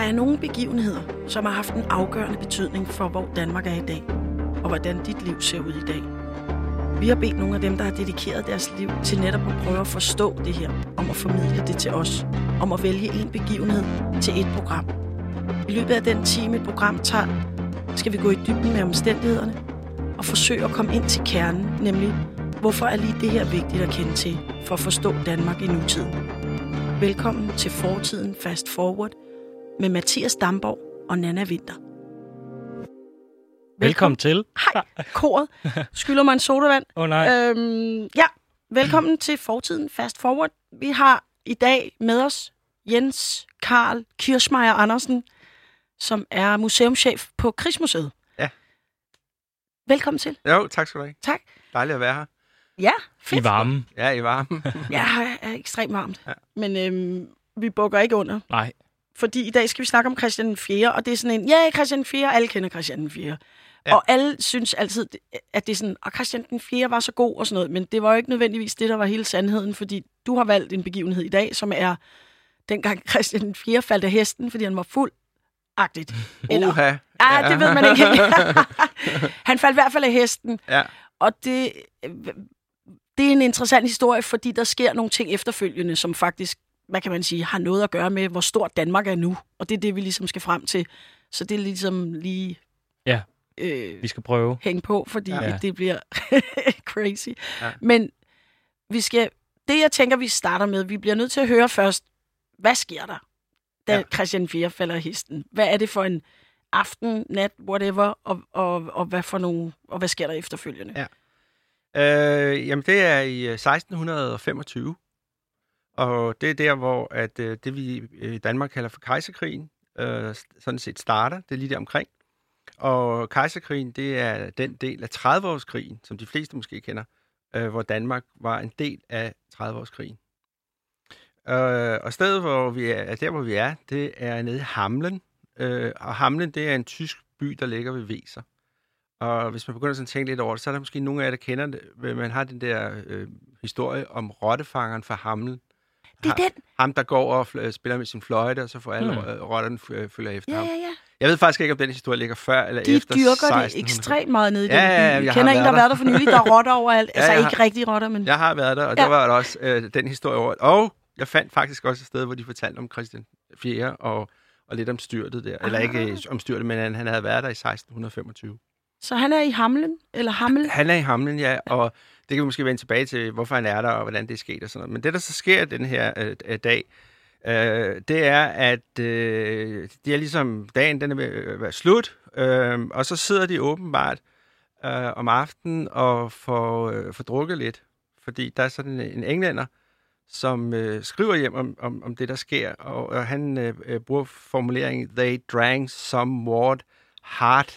er nogle begivenheder, som har haft en afgørende betydning for, hvor Danmark er i dag, og hvordan dit liv ser ud i dag. Vi har bedt nogle af dem, der har dedikeret deres liv til netop at prøve at forstå det her, om at formidle det til os, om at vælge en begivenhed til et program. I løbet af den time, et program tager, skal vi gå i dybden med omstændighederne og forsøge at komme ind til kernen, nemlig hvorfor er lige det her vigtigt at kende til for at forstå Danmark i nutiden. Velkommen til Fortiden Fast Forward med Mathias Damborg og Nanna Winther. Velkommen til. Hej, koret. Skylder mig en sodavand. Nej. Velkommen til Fortiden Fast Forward. Vi har i dag med os Jens Karl Kirschmeier Andersen, som er museumschef på Krigsmuseet. Ja. Velkommen til. Jo, tak skal du have. Tak. Dejligt at være her. Ja, fedt. I varmen. Ja, i varmen. Ja, her er ekstremt varmt. Ja. Men vi bukker ikke under. Nej. Fordi i dag skal vi snakke om Christian den 4., og det er sådan en, Christian den 4., alle kender Christian den 4. Ja. Og alle synes altid, at det er sådan, at Christian den 4. var så god og sådan noget, men det var jo ikke nødvendigvis det, der var hele sandheden, fordi du har valgt en begivenhed i dag, som er dengang Christian den 4. faldt af hesten, fordi han var fuld-agtigt. Uha. Ja, det ved man ikke. Han faldt i hvert fald af hesten. Ja. Og det er en interessant historie, fordi der sker nogle ting efterfølgende, som faktisk, hvad kan man sige, har noget at gøre med, hvor stort Danmark er nu. Og det er det, vi ligesom skal frem til. Så det er ligesom lige... Ja, vi skal prøve. Hænge på, fordi det bliver crazy. Ja. Men det jeg tænker, vi starter med, vi bliver nødt til at høre først, hvad sker der, da Christian 4 falder af hesten? Hvad er det for en aften, nat, whatever, og hvad sker der efterfølgende? Ja. Jamen, det er i 1625, og det er der, hvor at, det vi i Danmark kalder for kejserkrigen, sådan set starter. Det er lige der omkring. Og kejserkrigen, det er den del af 30-årskrigen, som de fleste måske kender, hvor Danmark var en del af 30-årskrigen. Og stedet, hvor vi er, det er nede i Hamlen. Og Hamlen, det er en tysk by, der ligger ved Weser. Og hvis man begynder sådan at tænke lidt over det, så er der måske nogle af jer, der kender det. Man har den der historie om rottefangeren fra Hamlen. Det er den? Ham, der går og spiller med sin fløjte, og så får alle rotterne følger efter ham. Ja. Jeg ved faktisk ikke, om den historie ligger før eller de efter 1600. De dyrker det ekstremt meget nede i den by. Jeg kender en, der har været der for nylig, der er rotter overalt. Altså ikke rigtige rotter, men... Jeg har været der, og der var der også den historie over. Og jeg fandt faktisk også et sted, hvor de fortalte om Christian 4. og lidt om styrtet der. Eller ikke om styrtet, men han havde været der i 1625. Så han er i Hamlen, eller Hammel? Han er i Hamlen, ja, og det kan vi måske vende tilbage til, hvorfor han er der, og hvordan det er sket og sådan noget. Men det, der så sker den her dag, det er, at det er ligesom dagen, den er ved at være slut, og så sidder de åbenbart om aftenen og får drukket lidt, fordi der er sådan en englænder, som skriver hjem om det, der sker, og han bruger formuleringen, they drank somewhat hard,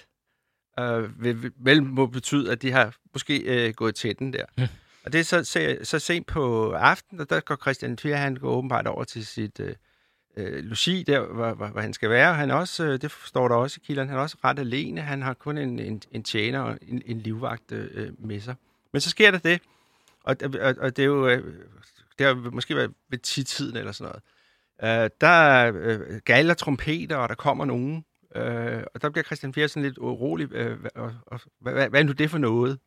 vel må betyde, at de har måske gået til den der. Ja. Og det er så sent på aftenen, og der går Christian 4, han går åbenbart over til sit logi der, hvor han skal være. Han også, det står der også i kilderne, han er også ret alene. Han har kun en tjener og en livvagt med sig. Men så sker der det, og det er jo, det har måske været ved 10-tiden eller sådan noget. Der galder trompeter, og der kommer nogen. Og der bliver Christian 4 sådan lidt urolig. Hvad er nu det for noget?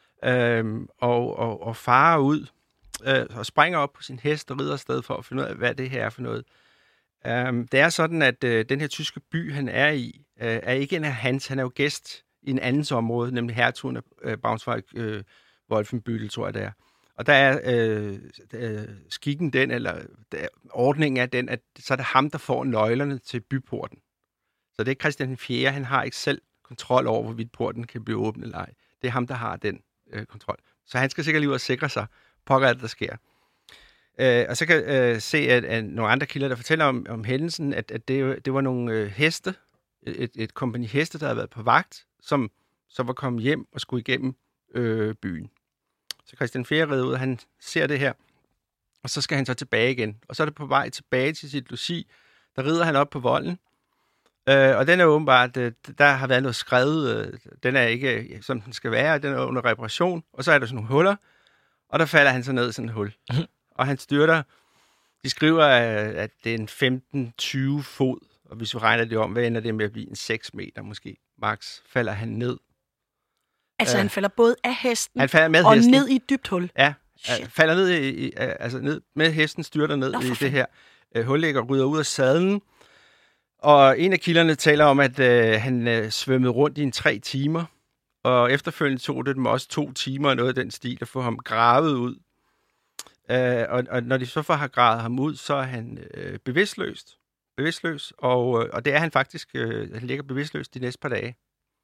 Og farer ud og springer op på sin hest og rider afsted for at finde ud af, hvad det her er for noget. Det er sådan, at den her tyske by, han er i, er ikke en af hans. Han er jo gæst i en andens område, nemlig hertugen af Braunschweig-Wolfenbüttel, tror jeg det er. Og der er skikken den, eller ordningen er den, at så er det ham, der får nøglerne til byporten. Så det er Christian 4. Han har ikke selv kontrol over, hvorvidt porten kan blive åbnet eller ej. Det er ham, der har den kontrol. Så han skal sikkert lige ud og sikre sig, pokker alt, der sker. Og så kan jeg se, at nogle andre kilder, der fortæller om hændelsen, at det var nogle heste, et kompagni heste, der havde været på vagt, som så var kommet hjem og skulle igennem byen. Så Christian 4 rider ud, og han ser det her, og så skal han så tilbage igen. Og så er det på vej tilbage til sit logi, der rider han op på volden, og den er åbenbart, der har været noget skrevet, den er ikke, som den skal være, den er under reparation, og så er der sådan nogle huller, og der falder han så ned i sådan et hul. Og han styrter, de skriver, at det er en 15-20 fod, Og hvis vi regner det om, hvad ender det med at blive en 6 meter måske max, falder han ned. Altså han falder både af hesten han falder med og hesten. ned i et dybt hul? Ja, falder ned, altså ned med hesten, styrter ned i det her hullæg og rydder ud af sadlen. Og en af kilderne taler om, at han svømmede rundt i 3 timer. Og efterfølgende tog det dem også 2 timer og noget af den stil at få ham gravet ud. Og når de så får gravet ham ud, så er han bevidstløs. Og det er han faktisk. Han ligger bevidstløs de næste par dage.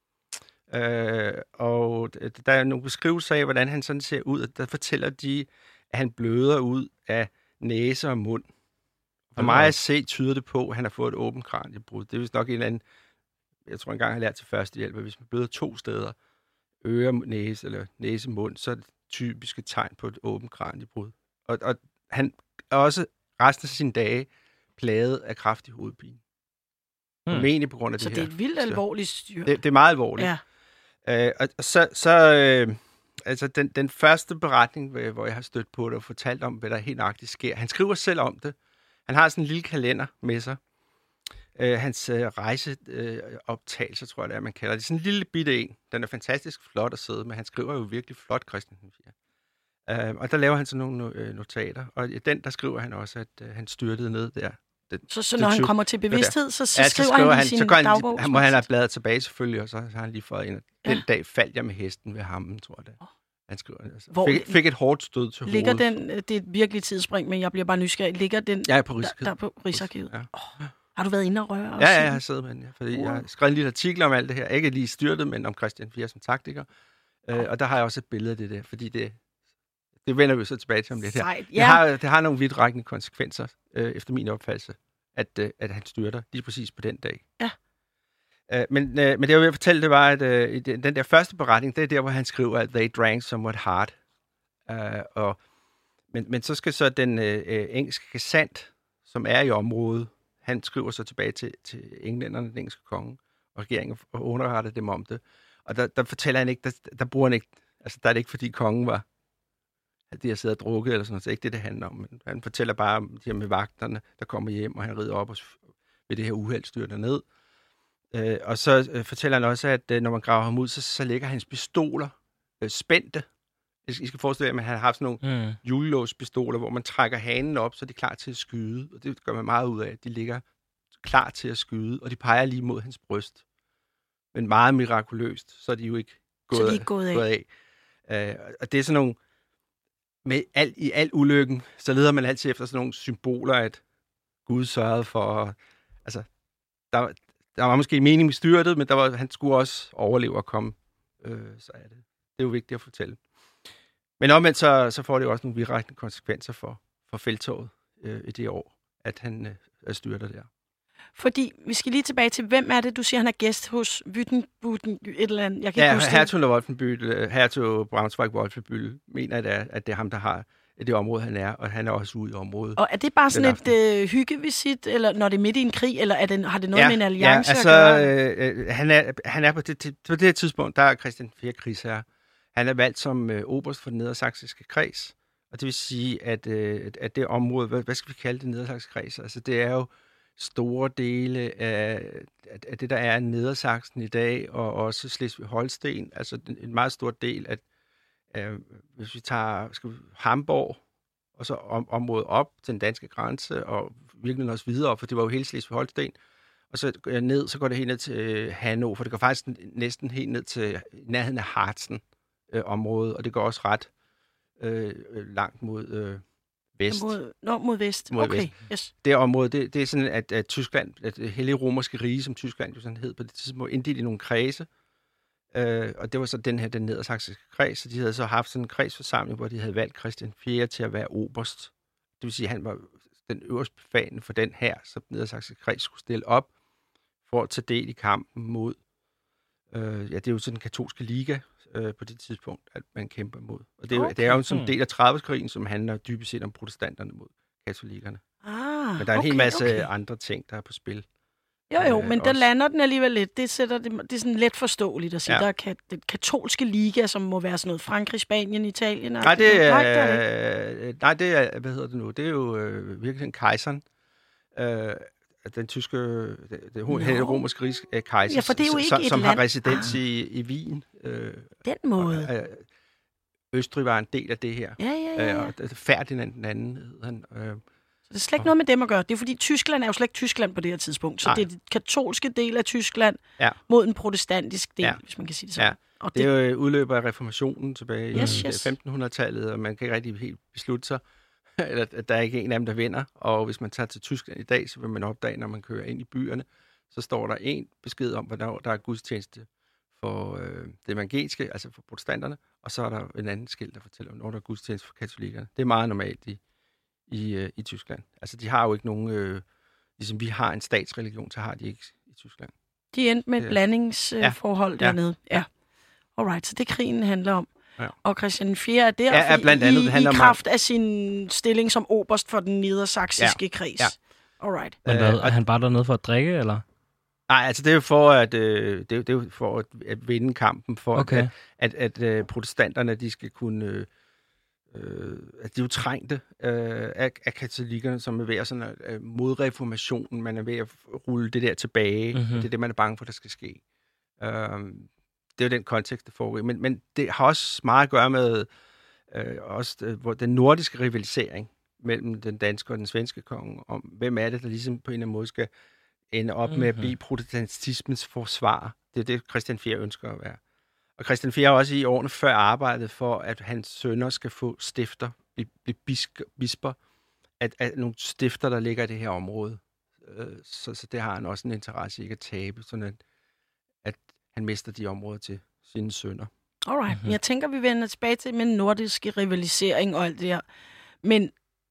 Og der er nogle beskrivelser af, hvordan han sådan ser ud. Og der fortæller de, at han bløder ud af næse og mund. For mig at se, tyder det på, at han har fået et åbent kraniebrud. Det er vist nok en eller anden, jeg tror engang, jeg har lært til førstehjælp, at hvis man bløder 2 steder, øre, næse eller næse-mund, så er det typiske tegn på et åbent kraniebrud. Og han er også resten af sine dage plaget af kraftig hovedpine. Formentlig på grund af så det her. Så det er et vildt alvorligt styr. Det er meget alvorligt. Ja. Altså den første beretning, hvor jeg har stødt på det og fortalt om, hvad der helt nøjagtigt sker. Han skriver selv om det. Han har sådan en lille kalender med sig. Hans rejseoptagelser, tror jeg det er, man kalder det. Sådan en lille bitte en. Den er fantastisk flot at sidde med. Han skriver jo virkelig flot, Christian IV. Og der laver han sådan nogle notater. Og i den, der skriver han også, at han styrtede ned der. Så når han kommer til bevidsthed, så skriver han i sin dagbog? Så må han have bladret tilbage selvfølgelig, og så har han lige fået en. Den dag faldt jeg med hesten ved hammen, tror jeg det. Han skriver det. Altså. Fik et hårdt stød til ligger hovedet. Det er et virkelig tidsspring, men jeg bliver bare nysgerrig. Ligger den på Rigsarkivet? Der på Rigsarkivet. Ja. Har du været inde og røre? Ja, jeg har siddet med den. Ja, fordi jeg har skrevet en lille artikel om alt det her. Ikke lige styrtet, men om Christian IV som taktiker. Og der har jeg også et billede af det der, fordi det vender vi så tilbage til om lidt her. Det har nogle vidtrækkende konsekvenser, efter min opfattelse, at han styrter lige præcis på den dag. Ja. Men det, jeg vil fortælle, det var, at den der første beretning, det er der, hvor han skriver, at they drank somewhat hard. Men så skal så den engelske gesandt, som er i området, han skriver så tilbage til englænderne, den engelske konge, og regeringen, og underretter dem om det. Og der fortæller han ikke, der bruger han ikke, altså der er det ikke, fordi kongen var, at de har siddet og drukket, eller sådan noget, så ikke det handler om. Men han fortæller bare om de her med vagterne, der kommer hjem, og han rider op og ved det her uheld styrter ned. Og så fortæller han også, at når man graver ham ud, så lægger hans pistoler spændte. I skal forestille jer, at han har haft sådan nogle julelåspistoler, hvor man trækker hanen op, så de er klar til at skyde. Og det gør man meget ud af. De ligger klar til at skyde, og de peger lige mod hans bryst. Men meget mirakuløst, så er de jo ikke gået af. Og det er sådan nogle, i al ulykken, så leder man altid efter sådan nogle symboler, at Gud sørgede for, altså, der var måske mening med styrtet, men han skulle også overleve og komme. Så er det. Det er jo vigtigt at fortælle. Men omvendt så får det jo også nogle vidtrækkende konsekvenser for felttoget i det år, at han styrter der. Fordi, vi skal lige tilbage til, hvem er det, du siger, han er gæst hos Wüttenbüttel, et eller andet? Jeg kan ikke huske hertug Braunschweig-Wolfenbüttel, mener at det er ham, der har det område, han er, og han er også ude i området. Og er det bare sådan et hyggevisit, eller når det er midt i en krig, eller har det noget med en alliance at gøre? Han er på det her tidspunkt, der er Christian IV krigsherre. Han er valgt som oberst for den nedersaksiske kreds, og det vil sige, at det område, hvad skal vi kalde det, nedersaksiske kreds? Altså det er jo store dele af det, der er Nedersaksen i dag, og også Slesvig-Holsten, altså en meget stor del af, hvis vi tager Hamborg, og så området op til den danske grænse, og virkelig også videre op, for det var jo hele Slesvig-Holsten, og så ned, så går det helt ned til Hannover, for det går faktisk næsten helt ned til nærheden af Harzen område, og det går også ret langt mod vest. Mod vest. Mod okay, vest. Yes. Det område, det er sådan, at Tyskland, at det hellige romerske rige, som Tyskland jo sådan hed på det tidspunkt, inddelt i nogle kredse. Og det var så den nedersaksiske kreds, så de havde så haft sådan en kredsforsamling, hvor de havde valgt Christian IV til at være oberst. Det vil sige, at han var den øverste befalende for den her, som den nedersaksiske kreds skulle stille op for at tage del i kampen mod, det er jo sådan den katolske liga på det tidspunkt, at man kæmper mod. Og det er jo som del af 30'erskrigen, som handler dybest set om protestanterne mod katolikkerne. Men der er en hel masse andre ting, der er på spil. Jo, men der lander den alligevel lidt. Det er sådan let forståeligt at sige. Der er den katolske liga, som må være sådan noget Frankrig, Spanien, Italien. Nej, det er, hvad hedder det nu? Det er jo virkelig kejseren. den tyske, romerske kejser, ja, for det er jo ikke som et har land. residens i Wien. Den måde. Østrig var en del af det her. Ja. Og Ferdinand den anden hed han. Så det er slet ikke noget med dem at gøre. Det er fordi Tyskland er jo slet ikke Tyskland på det her tidspunkt. Så det er den katolske del af Tyskland mod en protestantisk del, hvis man kan sige det sådan. Ja. Og det er jo udløber af reformationen tilbage i 1500-tallet, og man kan ikke rigtig helt beslutte sig, at der er ikke en af dem, der vinder. Og hvis man tager til Tyskland i dag, så vil man opdage, når man kører ind i byerne, så står der en besked om, hvornår der er gudstjeneste for det evangeliske, altså for protestanterne, og så er der en anden skilt, der fortæller, hvornår der er gudstjeneste for katolikkerne. Det er meget normalt i Tyskland. Altså, de har jo ikke nogen... ligesom vi har en statsreligion, så har de ikke i Tyskland. De endte med et blandingsforhold dernede. Ja. Alright, så det krigen handler om. Ja. Og Christian 4 er der blandt andet, i kraft af sin stilling som oberst for den nedersaksiske kreds. Ja. Alright. Men er han bare dernede for at drikke, eller? Nej, altså det er jo for at vinde kampen, for at protestanterne, de skal kunne... at de er jo trængte af katolikkerne, som er ved at sådan, modreformationen. Man er ved at rulle det der tilbage. Mm-hmm. Det er det, man er bange for, der skal ske. Det er jo den kontekst, det foregår. Men det har også meget at gøre med den nordiske rivalisering mellem den danske og den svenske konge, om hvem er det, der ligesom på en eller anden måde skal ende op med at blive protestantismens forsvar. Det er det, Christian 4 ønsker at være. Og Christian 4 har også i årene før arbejdet for, at hans sønner skal få stifter, blive bisper, at nogle stifter, der ligger i det her område. Så det har han også en interesse i ikke at tabe, sådan at han mister de områder til sine sønner. Alright, jeg tænker, vi vender tilbage til med nordiske rivalisering og alt det her. Men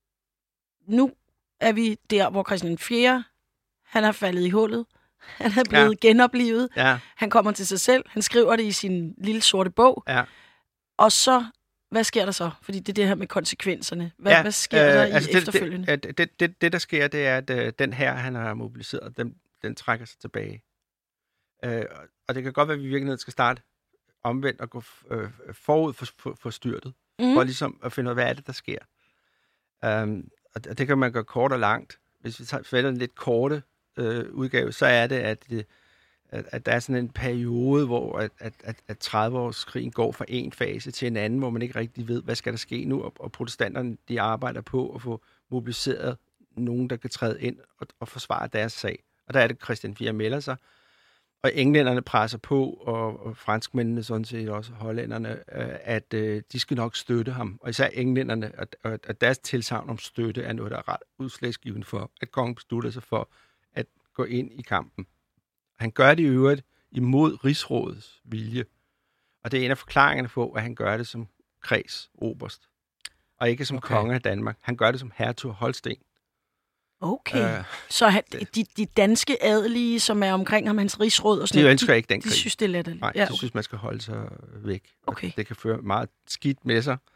nu er vi der, hvor Christian 4, han er faldet i hullet. Han er blevet genoplivet. Ja. Han kommer til sig selv. Han skriver det i sin lille sorte bog. Ja. Og så, hvad sker der så? Fordi det er det her med konsekvenserne. Hvad sker der efterfølgende? Det, der sker, det er, at den her, han har mobiliseret, den trækker sig tilbage. Og det kan godt være, at vi i virkeligheden skal starte omvendt og gå forud for styrtet. For ligesom at finde ud af, hvad er det, der sker. Og det kan man gøre kort og langt. Hvis vi tager en lidt korte udgave, så er det, at der er sådan en periode, hvor at 30-årskrigen går fra en fase til en anden, hvor man ikke rigtig ved, hvad skal der ske nu, og protestanterne, de arbejder på at få mobiliseret nogen, der kan træde ind og forsvare deres sag. Og der er det, Christian 4 melder sig, og englænderne presser på, og franskmændene sådan set også, hollænderne, at de skal nok støtte ham. Og især englænderne, at deres tilsagn om støtte er noget, der er ret udslagsgivende for, at kongen beslutter sig for at gå ind i kampen. Han gør det i øvrigt imod rigsrådets vilje. Og det er en af forklaringerne på, at han gør det som kreds-oberst. Og ikke som konge af Danmark. Han gør det som hertug af Holsten. Okay. Så de danske adelige, som er omkring ham, hans rigsråd og sådan de ønsker ikke den krig. De synes, det er latterligt. Nej, de synes, man skal holde sig væk. Okay. Det kan føre meget skidt med sig.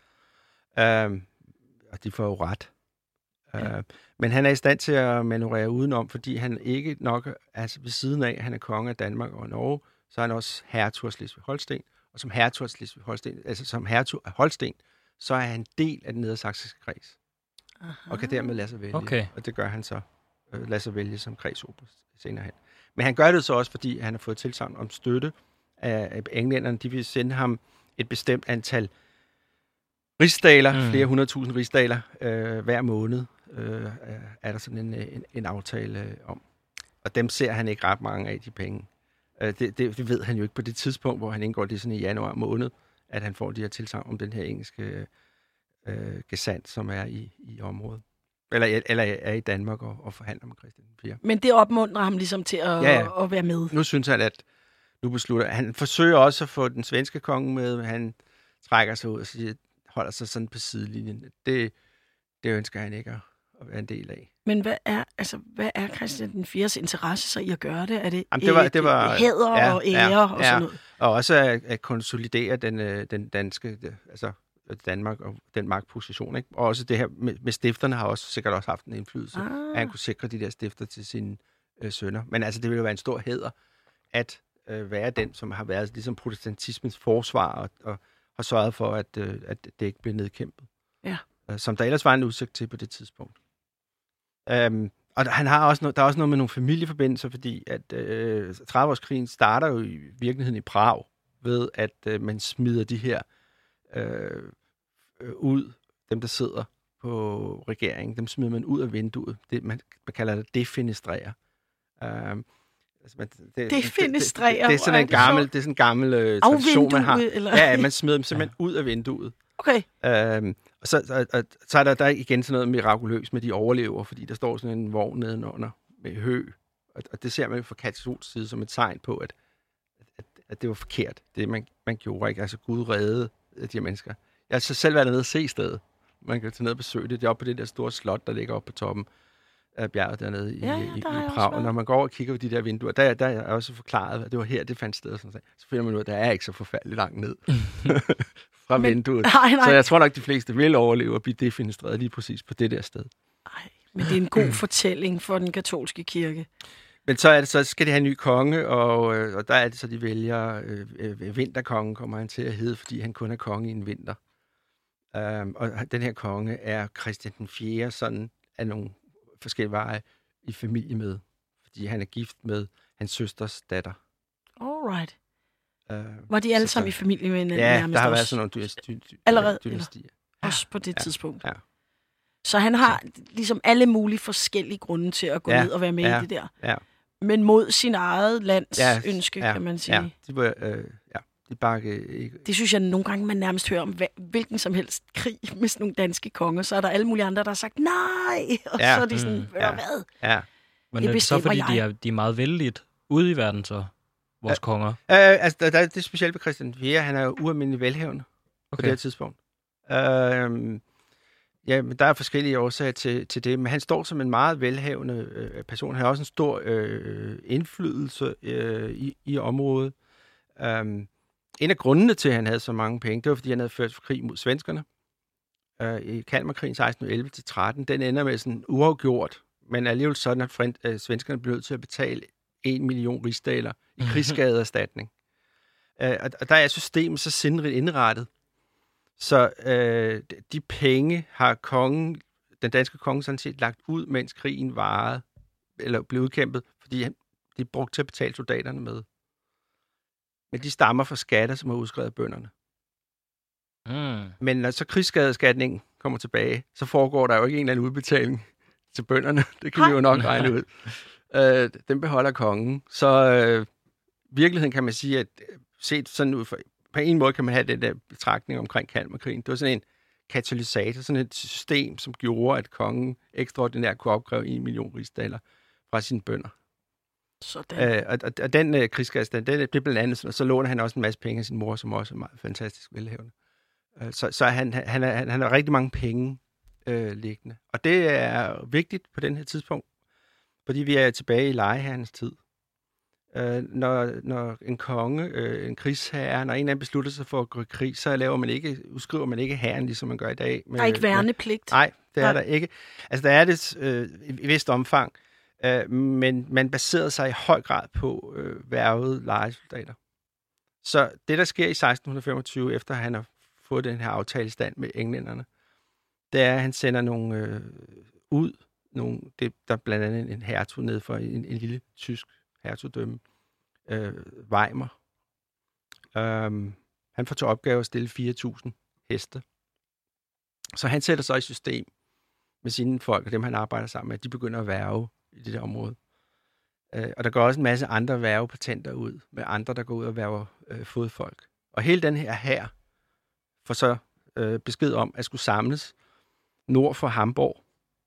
Og de får jo ret. Ja. Men han er i stand til at manøvrere udenom, fordi han ikke nok, altså ved siden af, at han er konge af Danmark og Norge, så er han også hertug af Slesvig-Holsten. Og som hertug af Slesvig-Holsten, altså som hertug af Holsten, så er han del af den nedersaksiske kreds. Aha. Og kan dermed lade sig vælge. Okay. Og det gør han så, lade sig vælge som kredsoberst senere hen. Men han gør det så også, fordi han har fået tilsagn om støtte af englænderne. De vil sende ham et bestemt antal rigsdaler, flere 100.000 rigsdaler hver måned, er der sådan en aftale om. Og dem ser han ikke ret mange af, de penge. Det ved han jo ikke på det tidspunkt, hvor han indgår det sådan i januar måned, at han får de her tilsagn om den her engelske gesandt, som er i området. Eller er i Danmark og forhandler med Christian 4. Men det opmuntrer ham ligesom til at være med. Nu synes han, at nu beslutter han. Forsøger også at få den svenske konge med, men han trækker sig ud og siger, holder sig sådan på sidelinjen. Det ønsker han ikke at være en del af. Men hvad er Christian den 4's interesse så i at gøre det? Er det, det var hæder og ære og sådan noget? Og også at konsolidere den danske, altså Danmark og den magtposition, ikke? Og også det her med stifterne har også sikkert også haft en indflydelse, at han kunne sikre de der stifter til sine sønner. Men altså, det ville jo være en stor hæder at være den, som har været ligesom protestantismens forsvar og har sørget for, at det ikke blev nedkæmpet. Ja. Som der ellers var en udsigt til på det tidspunkt. Og der er også noget med nogle familieforbindelser, fordi at 30-årskrigen starter jo i virkeligheden i Prag, ved at man smider de her ud, dem der sidder på regeringen, dem smider man ud af vinduet. Man kalder det defenestrere. Defenestrere? Det er sådan en gammel tradition, man har. Eller? Ja, man smider dem simpelthen ud af vinduet. Okay. Og så er der igen sådan noget mirakuløst med, de overlever, fordi der står sådan en vogn nedenunder med hø. Og det ser man fra katolsk side som et tegn på, at det var forkert, det man gjorde. Ikke? Altså Gud reddede de her mennesker. Jeg har så selv været nede og se stedet. Man kan tage ned og besøge det. Det er oppe på det der store slot, der ligger oppe på toppen af bjerget dernede i Prag. Og når man går over og kigger på de der vinduer, der er jeg også forklaret, at det var her, det fandt sted. Så finder man ud af, at der er ikke så forfærdeligt langt ned fra vinduet. Nej. Så jeg tror nok, de fleste vil overleve og blive defenestreret lige præcis på det der sted. Nej, men det er en god fortælling for den katolske kirke. Men så skal de have en ny konge, og der er det så, de vælger vinterkongen, kommer han til at hedde, fordi han kun er konge i en vinter. Og den her konge er Christian den 4., sådan af nogle forskellige veje i familie med, fordi han er gift med hans søsters datter. Alright. Var de alle sammen i familie med hinanden? Ja, der har været sådan nogle dynastier. Også på det tidspunkt. Ja. Så han har ligesom alle mulige forskellige grunde til at gå ned og være med i det der. Ja. Men mod sin eget lands ønske, kan man sige. Ja, de bakke ikke. Det synes jeg nogle gange, man nærmest hører om hvilken som helst krig med sådan nogle danske konger. Så er der alle mulige andre, der har sagt nej, og så er de sådan, hvad? Ja. Men det er så fordi, de er meget vældigt ude i verden, så vores konger? Altså, der er det specielt ved Christian 4. Han er jo ualmindelig velhavende på det her tidspunkt. Ja, men der er forskellige årsager til det, men han står som en meget velhavende person. Han har også en stor indflydelse i området. En af grundene til, at han havde så mange penge, det var, fordi han havde ført krig mod svenskerne. I Kalmarkrigen 1611-13, den ender med sådan uafgjort, men alligevel sådan, at svenskerne blev nødt til at betale 1 million rigsdaler i krigsskadeerstatning. Og der er systemet så sindrigt indrettet, så de penge har kongen, den danske konge sådan set lagt ud, mens krigen varede, eller blev udkæmpet, fordi de er brugt til at betale soldaterne med. Men de stammer fra skatter, som er udskrevet af bønderne. Men når så krigsskadeerstatningen kommer tilbage, så foregår der jo ikke en eller anden udbetaling til bønderne. Det kan vi jo nok regne ud. Den beholder kongen. Så virkeligheden kan man sige, at set sådan ud for, på en måde kan man have den der betragtning omkring Kalmarkrigen. Det var sådan en katalysator, sådan et system, som gjorde, at kongen ekstraordinært kunne opkræve 1 million rigsdaler fra sine bønder. Sådan. Og den krigsskadeerstatning, det er blandt andet sådan, og så låner han også en masse penge af sin mor, som også er meget fantastisk velhavende. Så han har rigtig mange penge liggende. Og det er vigtigt på den her tidspunkt, fordi vi er tilbage i lejeherrens tid. Når en konge, en krigsherre, når en eller anden beslutter sig for at gå i krig, så udskriver man ikke herren, ligesom man gør i dag. Der er ikke værnepligt. Nej, det er der ikke. Altså, der er det i vist omfang, men man baserede sig i høj grad på hvervede lejesoldater. Så det, der sker i 1625, efter han har fået den her aftale i stand med englænderne, det er, at han sender nogle ud, der er blandt andet en hertug ned for en lille tysk hertugdømme, Weimar. Han får til opgave at stille 4.000 heste. Så han sætter sig i system med sine folk, og dem han arbejder sammen med, at de begynder at værge i det der område. Og der går også en masse andre værgepatenter ud, med andre, der går ud og værger fodfolk. Og hele den her får så besked om, at skulle samles nord for Hamburg,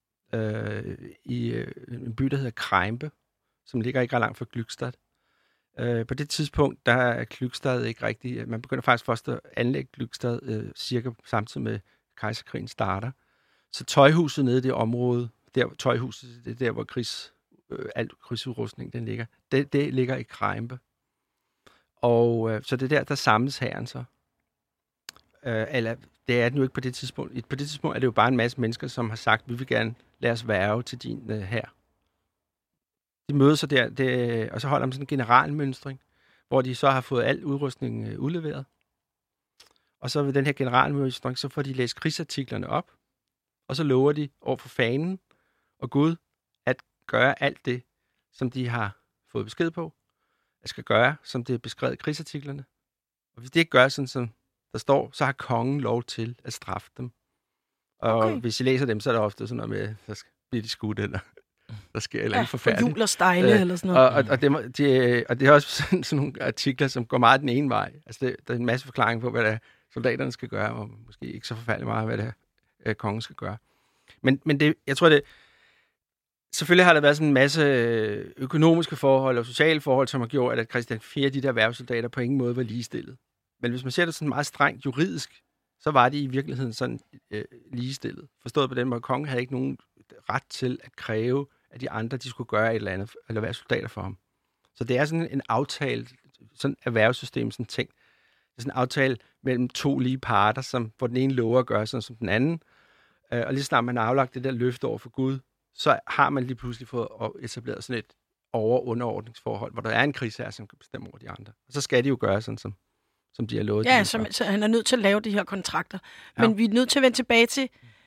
i en by, der hedder Krempe, som ligger ikke ret langt fra Glückstadt. På det tidspunkt, der er Glückstadt ikke rigtig. Man begynder faktisk først at anlægge Glückstadt cirka samtidig med kejserkrigen starter. Så tøjhuset nede i det område, tøjhuset, det er der, hvor alt krigsudrustning den ligger, det ligger i Krempe. Og så det er der samles hæren så. Eller det er det nu ikke på det tidspunkt. På det tidspunkt er det jo bare en masse mennesker, som har sagt, vi vil gerne lade os værge til din hær. De mødes så der, og så holder de sådan en generalmønstring, hvor de så har fået al udrustning udleveret. Og så ved den her generalmønstring, så får de læst krigsartiklerne op, og så lover de over for fanen og Gud, at gøre alt det, som de har fået besked på, at skal gøre, som det er beskrevet i krigsartiklerne. Og hvis de ikke gør sådan, som der står, så har kongen lov til at straffe dem. Og hvis I læser dem, så er der ofte sådan noget med, så bliver de skudt, eller der sker et eller andet forfærdeligt. Jul og stejle eller sådan noget. Og det er også sådan nogle artikler, som går meget den ene vej. Altså, der er en masse forklaring på, hvad der soldaterne skal gøre, og måske ikke så forfærdeligt meget, hvad der kongen skal gøre. Men det, jeg tror, det selvfølgelig har der været sådan en masse økonomiske forhold og sociale forhold, som har gjort, at Christian 4, de der værvsoldater, på ingen måde var ligestillet. Men hvis man ser det sådan meget strengt juridisk, så var de i virkeligheden sådan ligestillet. Forstået på den måde, at kongen havde ikke nogen ret til at kræve, at de andre de skulle gøre et eller andet, eller være soldater for ham. Så det er sådan en aftale, sådan et erhvervssystem, sådan ting. Det er sådan en aftale mellem to lige parter, hvor den ene lover at gøre sådan som den anden. Og lige snart man har aflagt det der løfte over for Gud, så har man lige pludselig fået etableret sådan et over-underordningsforhold, hvor der er en krigsherre, som kan bestemme over de andre. Og så skal de jo gøre sådan, som de har lovet. Ja, så han er nødt til at lave de her kontrakter. Ja. Men vi er nødt til at vende tilbage til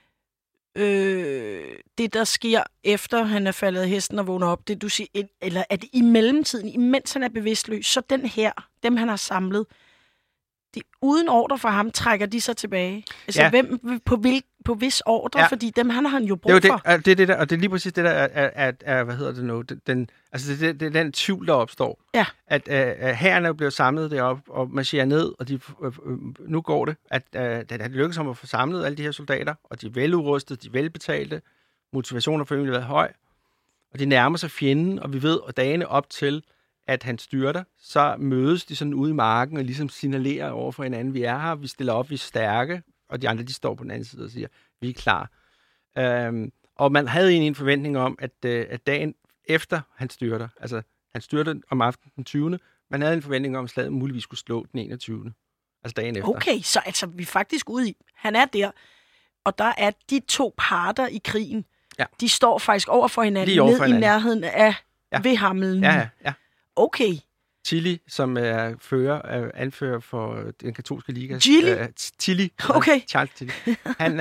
det, der sker efter han er faldet af hesten og vågner op. Det du siger, eller er det i mellemtiden, imens han er bevidstløs, så dem han har samlet, uden ordre fra ham, trækker de sig tilbage. Altså, ja. Hvem på vis ordre? Ja. Fordi dem han jo brug for. Det er det der, og det er lige præcis det der er hvad hedder det nu? Det er den tvivl, der opstår. Ja. At hæren er blevet samlet deroppe og marcherer ned, og nu går det, at det lykkes ham at få samlet alle de her soldater, og de er veludrustede, de er velbetalte, motivationen har formentlig været høj, og de nærmer sig fjenden, og vi ved, at dagene op til at han styrter, så mødes de sådan ude i marken og ligesom signalerer over for hinanden, vi er her, vi stiller op, vi er stærke, og de andre, de står på den anden side og siger, vi er klar. Og man havde egentlig en forventning om, at dagen efter han styrter, altså han styrter om aftenen den 20., man havde en forventning om, at slaget muligvis skulle slå den 21., altså dagen efter. Okay, så altså, vi er faktisk ude i, han er der, og der er de to parter i krigen, ja. De står faktisk over for hinanden, ned i nærheden af ved Hamlen. Ja. Okay. Tilly, som er anfører for den katolske liga. Tilly? Okay. Charles Tilly. Han,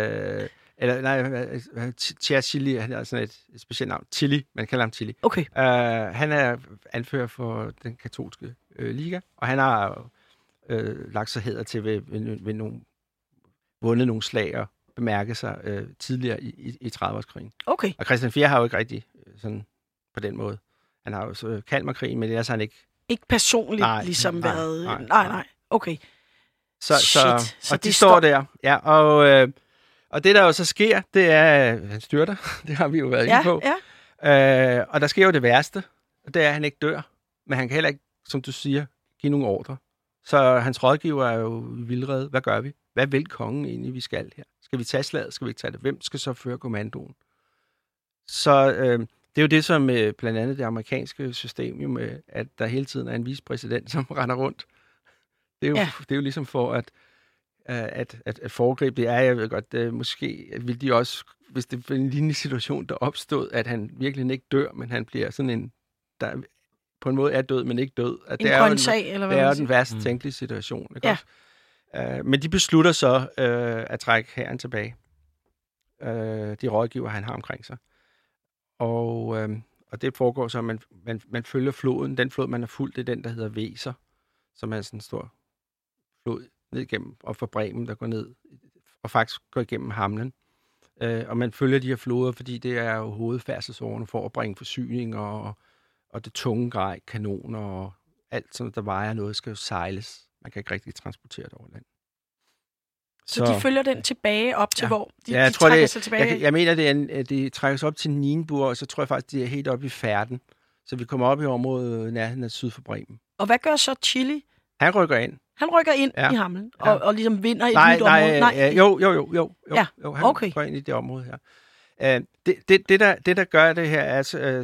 Charles Tilly, han har sådan et specielt navn. Tilly, man kalder ham Tilly. Okay. Han er anfører for den katolske liga, og han har lagt sig hæder til ved nogle, vundet nogle slag og bemærket sig tidligere i 30-årskrigen. Okay. Og Christian 4 har jo ikke rigtig sådan på den måde. Han har jo så Kalmarkrigen, men det er så han ikke... Ikke personligt været... Nej. Okay. Så de står der. Ja, og det, der jo så sker, det er, han styrter. Det har vi jo været inde på. Ja. Og der sker jo det værste, og det er, at han ikke dør. Men han kan heller ikke, som du siger, give nogen ordre. Så hans rådgiver er jo vildrede. Hvad gør vi? Hvad vil kongen egentlig, vi skal her? Skal vi tage slaget? Skal vi ikke tage det? Hvem skal så føre kommandoen? Så... det er jo det, som blandt andet det amerikanske system, jo med, at der hele tiden er en vicepræsident, som render rundt. Det er jo ligesom for at foregribe det. Jeg ved godt, måske vil de også, hvis det er en lignende situation, der opstod, at han virkelig ikke dør, men han bliver sådan en, der på en måde er død, men ikke død. At en grøn sag, eller hvad? Det er jo den værst tænkelige situation. Ikke også? Men de beslutter så at trække hæren tilbage. De rådgiver, han har omkring sig. Og det foregår så, at man følger floden. Den flod, man har fulgt, det er den, der hedder Weser, som er sådan en stor flod ned igennem, og fra Bremen, der går ned, og faktisk går igennem Hamlen. Og man følger de her floder, fordi det er jo hovedfærdselsårene for at bringe forsyning og det tunge grej, kanoner og alt, som der vejer noget, skal jo sejles. Man kan ikke rigtig transportere det over land. Så de følger den tilbage op til hvor? De trækker sig tilbage? Jeg mener, de trækker sig op til Nienburg, og så tror jeg faktisk, de er helt oppe i Færden. Så vi kommer op i området nærheden af syd for Bremen. Og hvad gør så Tilly? Han rykker ind. Han rykker ind i Hamlen og ligesom vinder et nyt område? Nej, jo. Han rykker ind i det område her. Det der gør det her er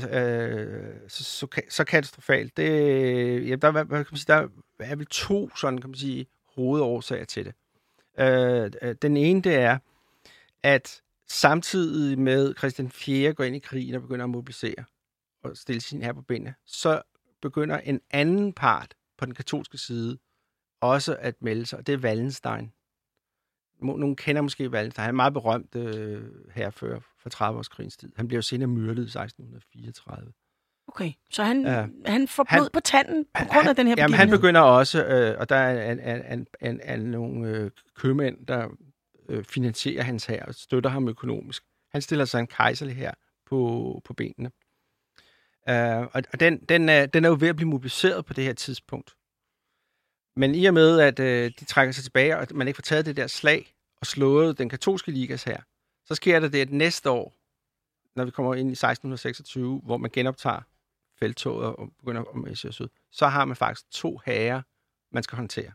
så katastrofalt, der er vel to sådan, kan man sige, hovedårsager til det. Den ene, det er, at samtidig med Christian 4 går ind i krigen og begynder at mobilisere og stille sin hær på benene, så begynder en anden part på den katolske side også at melde sig, og det er Wallenstein. nogen kender måske Wallenstein. Han er meget berømt hærfører for 30-årskrigens tid. Han bliver jo senere myrdet i 1634. Okay, så han får blod på tanden på grund af den her begivenhed? Jamen, han begynder også, og der er nogle købmænd, der finansierer hans hær og støtter ham økonomisk. Han stiller sig en kejserlig hær på benene. Og den er jo ved at blive mobiliseret på det her tidspunkt. Men i og med, at de trækker sig tilbage, og man ikke får taget det der slag og slået den katolske ligas her, så sker der det, at næste år, når vi kommer ind i 1626, hvor man genoptager felttoget og begynder at marchere syd, så har man faktisk 2 hære, man skal håndtere.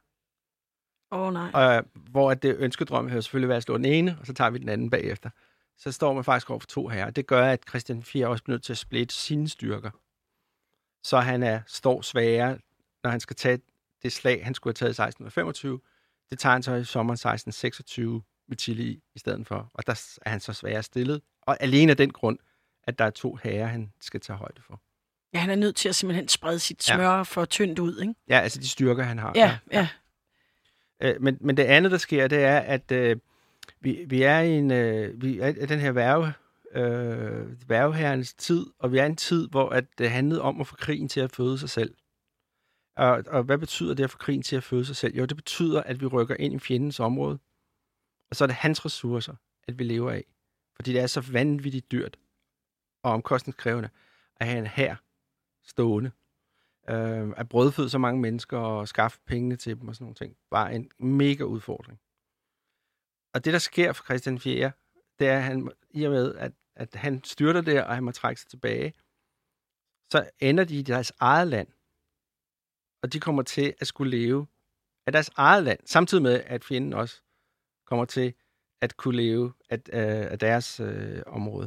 Nej. Hvor det ønskedrøm havde selvfølgelig været at slå den ene, og så tager vi den anden bagefter. Så står man faktisk over for 2 hære. Det gør, at Christian 4 også bliver nødt til at splitte sine styrker. Så han står svagere, når han skal tage det slag, han skulle have taget i 1625. Det tager han så i sommeren 1626 med Tilly i stedet for. Og der er han så sværere stillet. Og alene af den grund, at der er 2 hære, han skal tage højde for. Ja, han er nødt til at simpelthen sprede sit smør for tyndt ud, ikke? Ja, altså de styrker, han har. Ja. Men det andet, der sker, det er, at vi er i den her værgeherrenes tid, og vi er i en tid, hvor det handlede om at få krigen til at føde sig selv. Og hvad betyder det at få krigen til at føde sig selv? Jo, det betyder, at vi rykker ind i fjendens område, og så er det hans ressourcer, at vi lever af. Fordi det er så vanvittigt dyrt og omkostningskrævende at have en hær stående. At brødføde så mange mennesker og skaffe pengene til dem og sådan nogle ting, var en mega udfordring. Og det, der sker for Christian 4., det er, at han, i og med, at han styrter der, og han må trække sig tilbage, så ender de i deres eget land. Og de kommer til at skulle leve af deres eget land, samtidig med, at fjenden også kommer til at kunne leve af deres område.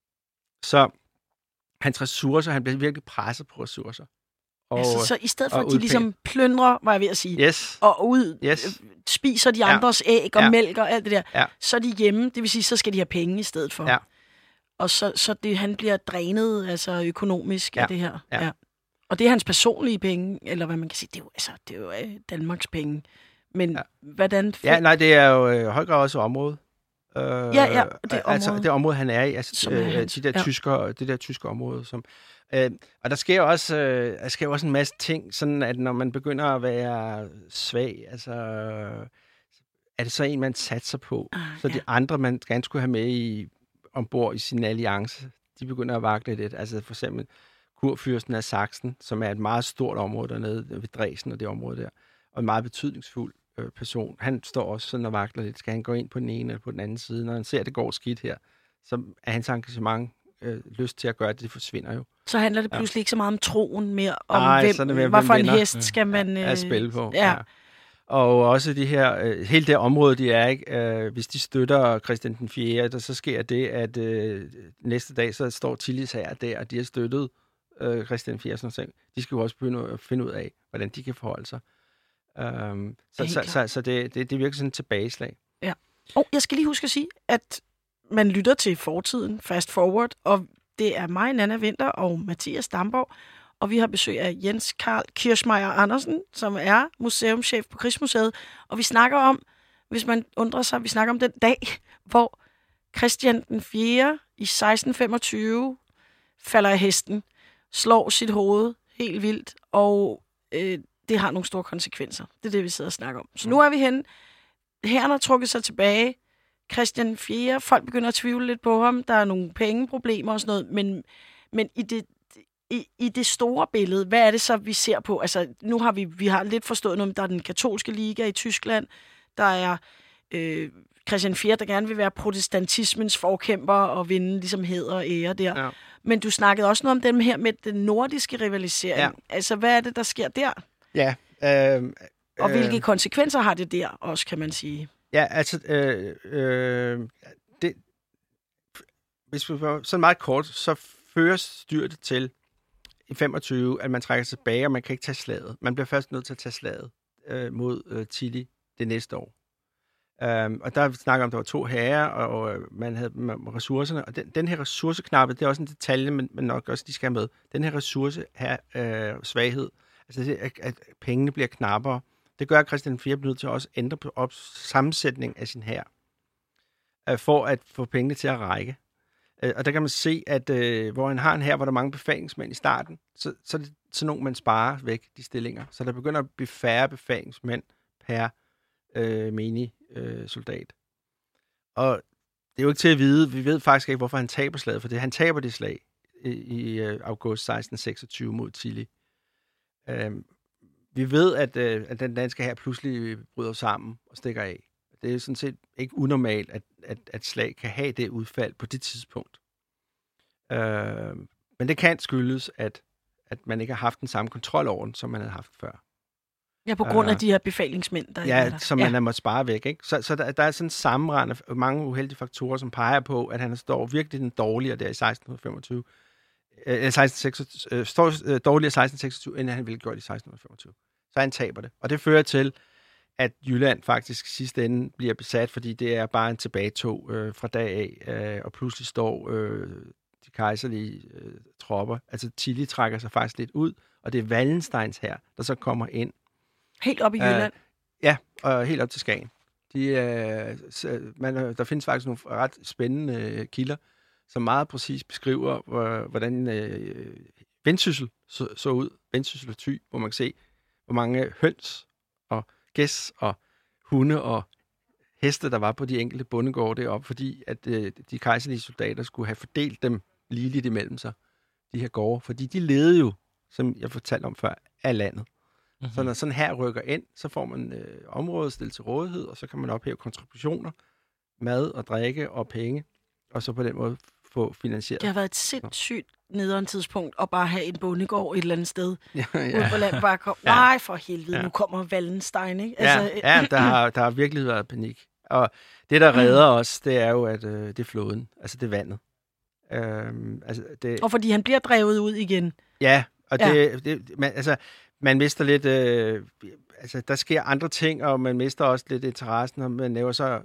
Så hans ressourcer, han bliver virkelig presset på ressourcer. Og, så i stedet for, at de ligesom plyndrer, var jeg ved at sige, og spiser de andres æg og mælk og alt det der, så er de hjemme, det vil sige, så skal de have penge i stedet for. Ja. Og så han bliver drænet altså økonomisk af det her. Ja. Og det er hans personlige penge, eller hvad man kan sige, det er jo Danmarks penge. Men hvordan... det er jo i høj grad også området. Det område. Altså det område, han er i, altså det der tyske område, som... og der sker jo også en masse ting, sådan at når man begynder at være svag, altså er det så en, man satser på. Så de andre, man gerne skulle have med ombord i sin alliance, de begynder at vakle lidt. Altså for eksempel kurfyrsten af Sachsen, som er et meget stort område dernede ved Dresden og det område der, og en meget betydningsfuld person. Han står også sådan og vakler lidt. Skal han gå ind på den ene eller på den anden side? Når han ser, at det går skidt her, så er hans engagement lyst til at gøre det forsvinder jo. Så handler det pludselig ikke så meget om troen mere, om hvad for en hest skal man... at spille på. Ja. Og også de her, hele det område, de er, ikke? Hvis de støtter Christian den 4., så sker det, at næste dag, så står Tillys her der, og de har støttet Christian 4. De skal jo også begynde at finde ud af, hvordan de kan forholde sig. Så det virker sådan et tilbageslag. Ja. Jeg skal lige huske at sige, at man lytter til fortiden, Fast Forward, og det er mig, Nanna Winther og Mathias Damborg, og vi har besøg af Jens Karl Kirchmeier Andersen, som er museumschef på Krigsmuseet, og vi snakker om, hvis man undrer sig, vi snakker om den dag, hvor Christian den 4. i 1625 falder af hesten, slår sit hoved helt vildt, og det har nogle store konsekvenser. Det er det, vi sidder og snakker om. Så nu er vi henne. Hæren har trukket sig tilbage. Christian 4. Folk begynder at tvivle lidt på ham. Der er nogle pengeproblemer og sådan noget. Men i det store billede, hvad er det så, vi ser på? Altså, nu har vi har lidt forstået noget, der er den katolske liga i Tyskland. Der er Christian 4., der gerne vil være protestantismens forkæmper og vinde ligesom hæder og ære der. Ja. Men du snakkede også noget om dem her med den nordiske rivalisering. Ja. Altså, hvad er det, der sker der? Ja. Og hvilke konsekvenser har det der også, kan man sige? Ja, altså, hvis vi var sådan meget kort, så fører styrtet til i 25, at man trækker tilbage, og man kan ikke tage slaget. Man bliver først nødt til at tage slaget mod Tilly det næste år. Og der snakker om, at der var 2 hære, og man havde ressourcerne. Og den her ressourceknappe, det er også en detalje, men nok også, de skal have med. Den her ressource her, svaghed, altså det, at pengene bliver knappere, Det gør, at Christian 4 bliver nødt til at også ændre på sammensætning af sin hær, for at få pengene til at række. Og der kan man se, at hvor han har en hær, hvor der er mange befalingsmænd i starten, så er det sådan nogle, man sparer væk, de stillinger. Så der begynder at blive færre befalingsmænd per menig soldat. Og det er jo ikke til at vide, vi ved faktisk ikke, hvorfor han taber slaget, for han taber det slag i august 1626 mod Tilly. Vi ved, at den danske hær pludselig bryder sammen og stikker af. Det er sådan set ikke unormalt, at slag kan have det udfald på det tidspunkt. Men det kan skyldes, at man ikke har haft den samme kontrol over den, som man havde haft før. Ja, på grund af de her befalingsmænd, der ja, som man har måttet spare væk. Ikke? Så der er sådan en sammenrend af mange uheldige faktorer, som peger på, at han står virkelig den dårligere der i 1625. 1626, står dårligere i 1626, end han ville gøre i 1625. Så han taber det. Og det fører til, at Jylland faktisk sidste ende bliver besat, fordi det er bare en tilbagetog fra dag af, og pludselig står de kejserlige tropper. Altså Tilly trækker sig faktisk lidt ud, og det er Wallensteins hær, der så kommer ind. Helt op i Jylland? Ja, og helt op til Skagen. Der findes faktisk nogle ret spændende kilder, som meget præcis beskriver, hvordan Vendsyssel så ud. Vendsyssel og Thy, hvor man kan se, hvor mange høns og gæs og hunde og heste, der var på de enkelte bondegårde deroppe, fordi at de kejserlige soldater skulle have fordelt dem ligeligt imellem sig, de her gårde. Fordi de levede jo, som jeg fortalte om før, af landet. Mm-hmm. Så når sådan her rykker ind, så får man området stillet til rådighed, og så kan man ophæve kontributioner, mad og drikke og penge, og så på den måde få finansieret. Det har været et sindssygt nederen tidspunkt at bare have en bondegård et eller andet sted. Ude på land bare kom. Nej, for helvede, nu kommer Wallenstein, ikke? Altså, der har virkelig været panik. Og det, der redder os, det er jo, at det er floden. Altså, det er vandet. Og fordi han bliver drevet ud igen. Ja, og man mister lidt... der sker andre ting, og man mister også lidt interessen, og man laver så...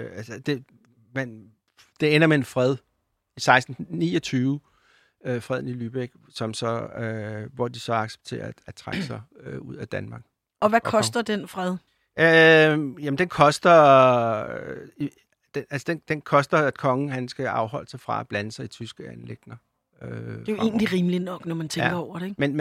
det ender med en fred i 1629, freden i Lübeck, som så, hvor de så accepterer at trække sig ud af Danmark. Og hvad koster den fred? Jamen, den koster... Den koster, at kongen han skal afholde sig fra at blande sig i tyske anliggender. Det er jo egentlig rimeligt nok, når man tænker over det, ikke?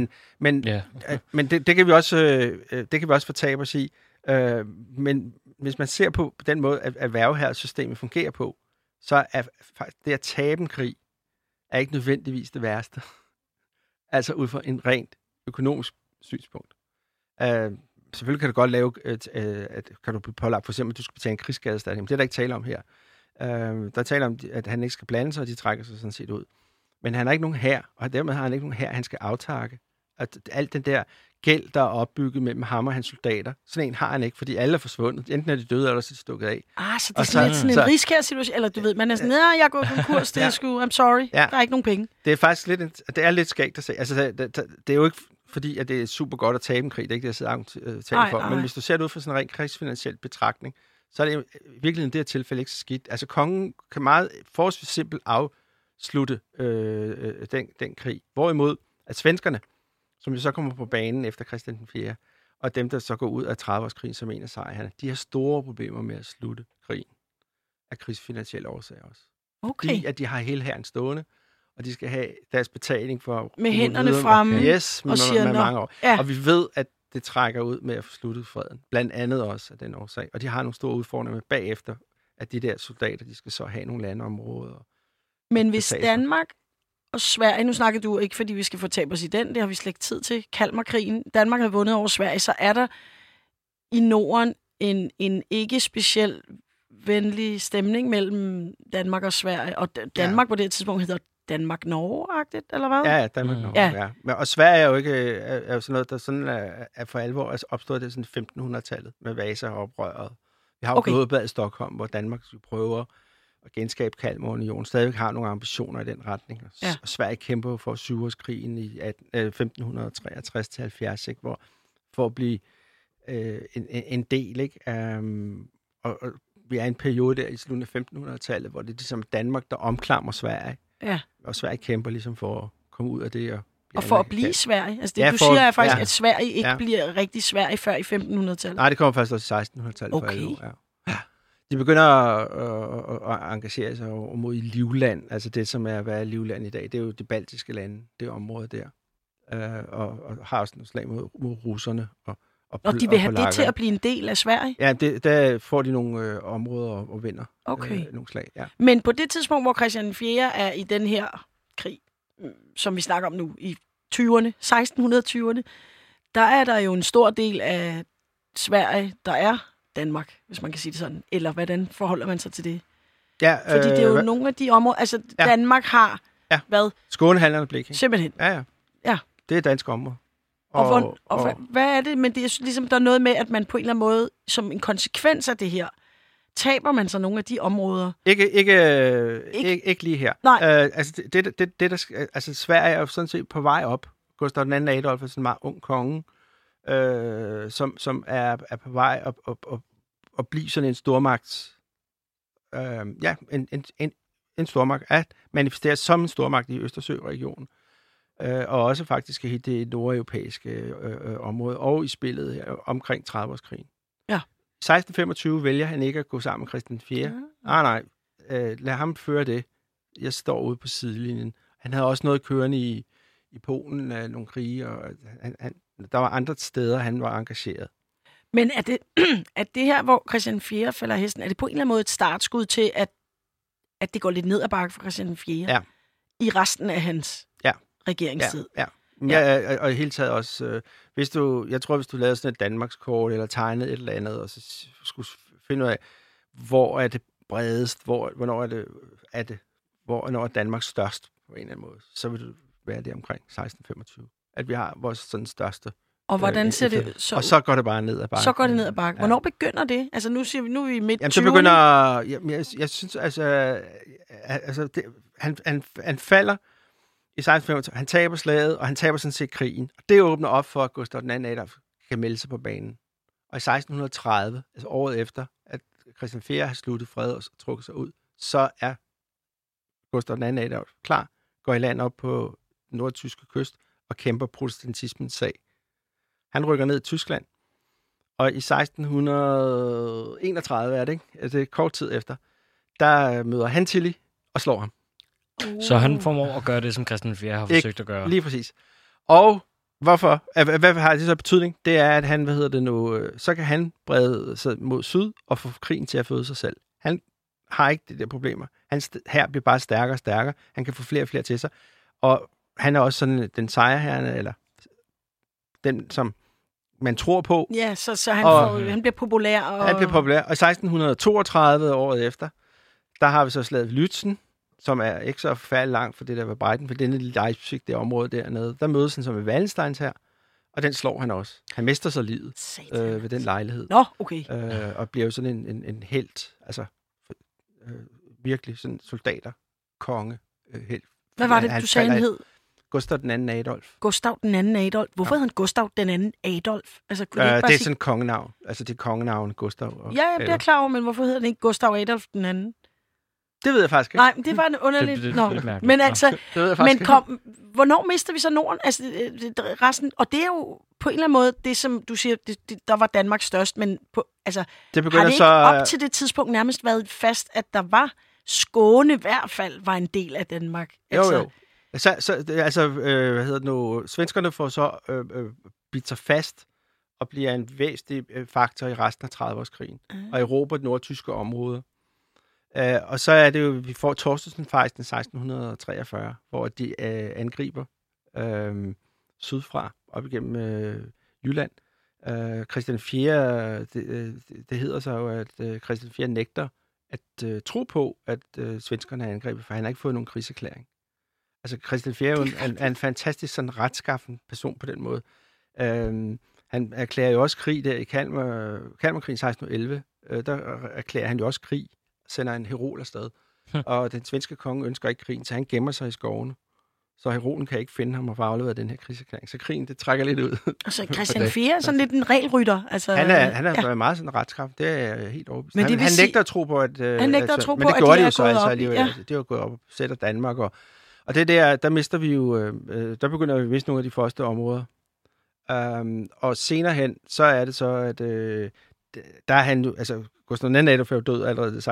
Men det kan vi også fortabe os i. Men hvis man ser på den måde, at værgeherresystemet fungerer på, så er det at tabe en krig er ikke nødvendigvis det værste. Altså ud fra en rent økonomisk synspunkt. Selvfølgelig kan du godt lave, kan du blive pålagt, for eksempel, at du skal betale en krigsskadeerstatning. Det er der ikke tale om her. Der taler om, at han ikke skal blande sig, og de trækker sig sådan set ud. Men han har ikke nogen hær, og dermed har han ikke nogen hær, han skal aftakke. At alt den der gæld, der er opbygget mellem ham og hans soldater, sådan en har han ikke, fordi alle er forsvundet. Enten er de døde, eller så er de stukket af. Så det er sådan en riskær-situation, eller du ved, man er sådan, jeg er gået konkurs, det er sgu, I'm sorry, der er ikke nogen penge. Det er faktisk lidt skægt at se. Altså, det er jo ikke fordi, at det er super godt at tabe en krig, det er ikke det, jeg sidder og taler for. Men hvis du ser det ud fra sådan en rent krigsfinansiel betragtning, så er det virkelig i det her tilfælde ikke så skidt. Altså, kongen kan meget forholdsvis simpelt afslutte den krig. Hvorimod, at svenskerne, som jo så kommer på banen efter Christian 4, og dem, der så går ud af 30-årskrigen som en af sejrene, de har store problemer med at slutte krigen af krigsfinansielle årsager også. Okay. Fordi at de har hele hæren stående, og de skal have deres betaling for... Med hænderne fremme. Yes, med mange år. Ja. Og vi ved, at det trækker ud med at få sluttet freden. Blandt andet også af den årsag. Og de har nogle store udfordringer med bagefter, at de der soldater, de skal så have nogle landområder. Men hvis Danmark og Sverige, nu snakker du ikke, fordi vi skal få tabt os i den, det har vi slet ikke tid til, Kalmarkrigen. Danmark har vundet over Sverige, så er der i Norden en ikke speciel venlig stemning mellem Danmark og Sverige. Og Danmark på det tidspunkt hedder Danmark-Norge-agtigt, eller hvad? Ja, Danmark-Norge, ja. Men, og Sverige er jo ikke er jo sådan noget, der sådan er for alvor opstået det sådan 1500-tallet med Vasa-oprøret. Vi har jo blodbad i Stockholm, hvor Danmark prøver at genskabe Kalmarunionen, stadigvæk har nogle ambitioner i den retning. Ja. Og Sverige kæmper for syvårskrigen i 1563-70, ikke? For at blive en del, ikke? Og vi er i en periode der i slutningen af 1500-tallet, hvor det er ligesom Danmark, der omklamrer Sverige. Ja. Og Sverige kæmper ligesom for at komme ud af det og Og for at blive Sverige. Altså det, du siger er faktisk, at Sverige ikke bliver rigtig Sverige før i 1500-tallet. Nej, det kommer først også i 1600-tallet. Okay. For alvor, ja. De begynder at engagere sig mod i Livland. Altså det, som er, hvad er Livland i dag? Det er jo de baltiske lande, det område der. Og har også noget slag mod russerne. Og de vil have det til at blive en del af Sverige? Ja, der får de nogle områder og vinder nogle slag. Ja. Men på det tidspunkt, hvor Christian 4. er i den her krig, som vi snakker om nu, i 20'erne, 1620'erne, der er der jo en stor del af Sverige, der er Danmark, hvis man kan sige det sådan. Eller hvordan forholder man sig til det? Ja, fordi det er jo nogle af de områder... Altså, Danmark har... Ja. Hvad? Skåne, Halland og Blekinge. Simpelthen. Ja. Det er dansk område. Og hvad er det? Men det er ligesom, der er noget med, at man på en eller anden måde, som en konsekvens af det her, taber man så nogle af de områder? Ikke lige her. Nej. Altså, Sverige er jo sådan set på vej op. Gustav II Adolf er sådan en meget ung konge, som er på vej at blive sådan en stormagt. En stormagt at manifestere som en stormagt i Østersø-regionen. Og også faktisk i det nordeuropæiske område, og i spillet her, omkring 30-årskrigen. Ja. 1625 vælger han ikke at gå sammen med Christian 4. Nej. Lad ham føre det. Jeg står ude på sidelinjen. Han havde også noget kørende i Polen af nogle krige, og der var andre steder, han var engageret. Men er det her, hvor Christian 4. falder hesten, er det på en eller anden måde et startskud til, at det går lidt ned ad bakke for Christian 4. Ja. I resten af hans regeringstid? Ja, og i hele taget også, hvis du lavede sådan et Danmarkskort, eller tegnede et eller andet, og så skulle finde ud af, hvor er det bredest, hvornår er Danmark størst på en eller anden måde, så vil det være det omkring 1625, at vi har vores sådan største. Og hvordan ser det så ud? Og så går det bare ned ad bakke. Så går det ned ad bakke. Hvornår begynder det? Altså nu er vi midt 20'erne. Så begynder... Jeg synes han falder i 1625. Han taber slaget, og han taber sådan set krigen. Og det åbner op for, at Gustav II Adolf kan melde sig på banen. Og i 1630, altså året efter, at Christian 4. har sluttet fred og trukket sig ud, så er Gustav II Adolf klar, går i land op på den nordtyske kyst og kæmper protestantismens sag. Han rykker ned i Tyskland, og i 1631 er det, ikke? Altså, det er kort tid efter, der møder han Tilly og slår ham. Så han formår at gøre det, som Christian 4. har forsøgt at gøre. Lige præcis. Og hvorfor? Hvad har det så betydning? Det er, at han, så kan han brede sig mod syd og få krigen til at føde sig selv. Han har ikke de der problemer. Hans hær bliver bare stærkere og stærkere. Han kan få flere og flere til sig. Og han er også sådan den sejrherrende, eller den, som man tror på. Ja, så han bliver populær. Han bliver populær. Og i 1632, året efter, der har vi så slaget Lützen, som er ikke så forfærdeligt langt for det der ved Breiten, for denne Leipzig, det område dernede. Der mødes han så med Wallensteins her, og den slår han også. Han mister så livet ved den lejlighed. Nå, okay. Og bliver jo sådan en helt, altså virkelig sådan soldater, konge, helt. Hvad var det, du sagde, han hed? Gustav II Adolf. Gustav II Adolf. Hvorfor hed han Gustav II Adolf? Altså, det er sådan et kongenavn. Altså, det er kongenavn Gustav. Og ja, det er klar over, men hvorfor hedder den ikke Gustav Adolf den anden? Det ved jeg faktisk ikke. Nej, men det var en underligt. Men altså, hvornår mister vi så Norden? Altså, resten, og det er jo på en eller anden måde det, som du siger, der var Danmark størst, men har det ikke op til det tidspunkt nærmest været fast, at der var Skåne i hvert fald var en del af Danmark? Jo. Svenskerne får så bidt sig fast og bliver en væsentlig faktor i resten af 30-årskrigen og erobrer det nordtyske område. Og så er det jo, vi får Torstensen-fejsten 1643, hvor de angriber sydfra op igennem Jylland. Christian 4. Det hedder så jo, at Christian 4. nægter at tro på, at svenskerne har angrebet, for han har ikke fået nogen krigserklæring. Altså Christian 4. er en fantastisk sådan retskaffen person på den måde. Han erklærer jo også krig der i Kalmarkrigen 1611. Der erklærer han jo også krig, sender en herol afsted. Og den svenske konge ønsker ikke krigen, så han gemmer sig i skovene. Så herolen kan ikke finde ham og få afleveret den her krigserklæring. Så krigen, det trækker lidt ud. Altså Christian 4. sådan lidt en regelrytter. Altså, han er meget sådan en retskaffen. Det er jeg helt overbevist. Men han nægter at tro på, at... Han nægter at tro på, men det gjorde de jo så altså alligevel. Det er jo gået op og sætter Danmark, Og det der mister vi jo, der begynder vi at miste nogle af de første områder. Og senere hen, så er det så, at der er han jo, altså Gustav II Adolf er jo død allerede i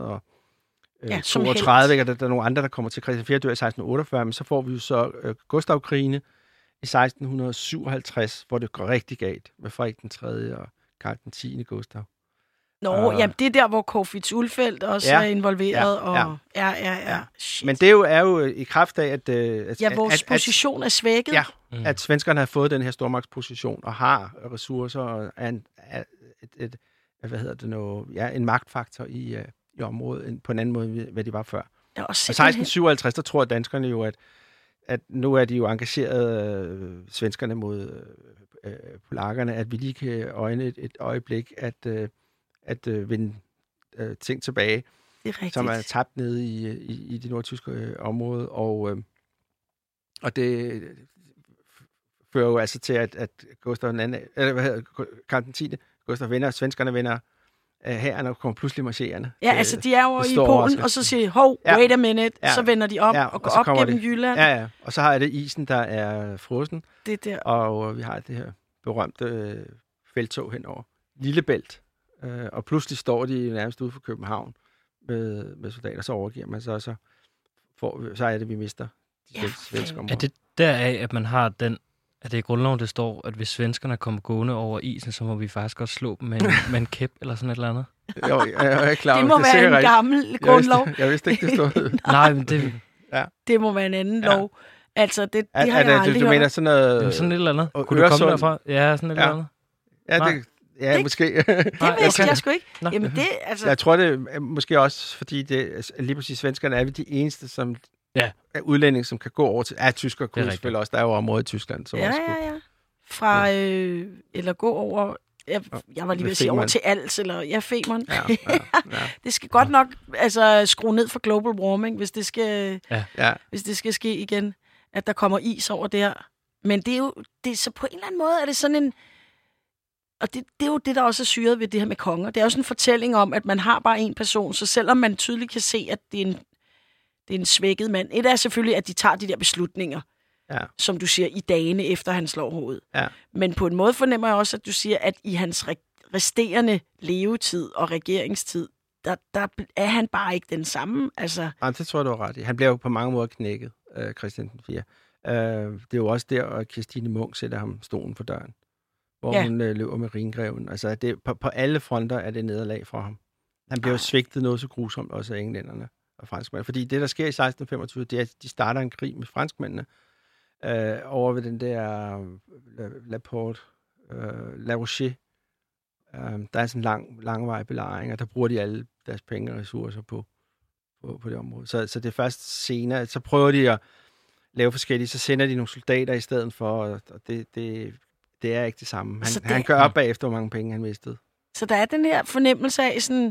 1632, og der er nogle andre, der kommer til. Christian 4. dør i 1648, men så får vi jo så Gustavkrigene i 1657, hvor det går rigtig galt med Frederik den 3. og Karl den 10. Gustav. Ja, det er der, hvor Corfitz-Ulfeldt også er involveret. Ja. Men det er jo i kraft af, at vores position er svækket. Ja, at svenskerne har fået den her stormagtsposition og har ressourcer og en magtfaktor i området på en anden måde, hvad de var før. Og 1657, der tror danskerne jo, at nu er de jo engageret, svenskerne mod polakkerne, at vi lige kan øjne et øjeblik, at vinde ting tilbage, som er tabt nede i det nordtyske område, og det fører jo altså til, at Gustav II, Karl den 10. Gustav vinder, svenskerne vinder hæren og kommer pludselig marcherende. Ja, altså de er jo i Polen, og så siger wait a minute, så vender de om og går op gennem Jylland. Ja, og så har det isen, der er frossen, det der. Og vi har det her berømte felttog henover Lillebælt. Og pludselig står de nærmest ude for København med soldater, så overgiver man sig, så er det, vi mister de svenske områder. Er det deraf, at man har den, at det i grundloven, det står, at hvis svenskerne kommer gående over isen, så må vi faktisk godt slå dem med en kæp eller sådan et eller andet? Jo, jeg er klar. Det må være en gammel grundlov. Jeg vidste ikke, det stod. Nej, men det... Ja. Det må være en anden lov. Altså, det har jeg aldrig hørt. Du mener sådan noget... Sådan et eller andet. Kunne du komme derfra? Ja, sådan et eller andet. Ja, det... Ja, måske. Det vidste jeg sgu ikke. Jamen det, altså... Jeg tror det er måske også, fordi lige præcis svenskerne er vi de eneste, som er udlændinge, som kan gå over til... Ja, tyskere kunne selvfølgelig også. Der er jo områder i Tyskland, som også kunne... Fra, eller gå over... Jeg var lige ved at sige over til Als, eller Femern. Ja. Det skal godt nok skrue ned for global warming, hvis det skal ske igen, at der kommer is over der. Men det er jo... så på en eller anden måde er det sådan en... Og det er jo det, der også er syret ved det her med konger. Det er jo sådan en fortælling om, at man har bare en person, så selvom man tydeligt kan se, at det er en svækket mand. Et er selvfølgelig, at de tager de der beslutninger, som du siger, i dagene efter han slår hovedet. Ja. Men på en måde fornemmer jeg også, at du siger, at i hans resterende levetid og regeringstid, der er han bare ikke den samme. Altså... Jamen, det tror jeg, du har ret i. Han bliver jo på mange måder knækket, Christian 4. Det er jo også der, at Kirstine Munk sætter ham stolen for døren, hvor hun løber med Rhingreven. Altså, det, på alle fronter er det nederlag fra ham. Han bliver jo svigtet noget så grusomt, også af englænderne og franskmændene. Fordi det, der sker i 1625, det er, at de starter en krig med franskmændene over ved den der La Porte, La Rochelle. Der er sådan en langvarig belejring, og der bruger de alle deres penge og ressourcer på det område. Så det er først senere, så prøver de at lave forskellige, så sender de nogle soldater i stedet for, og det er ikke det samme. Han gør op bagefter, hvor mange penge han mistede. Så der er den her fornemmelse af sådan,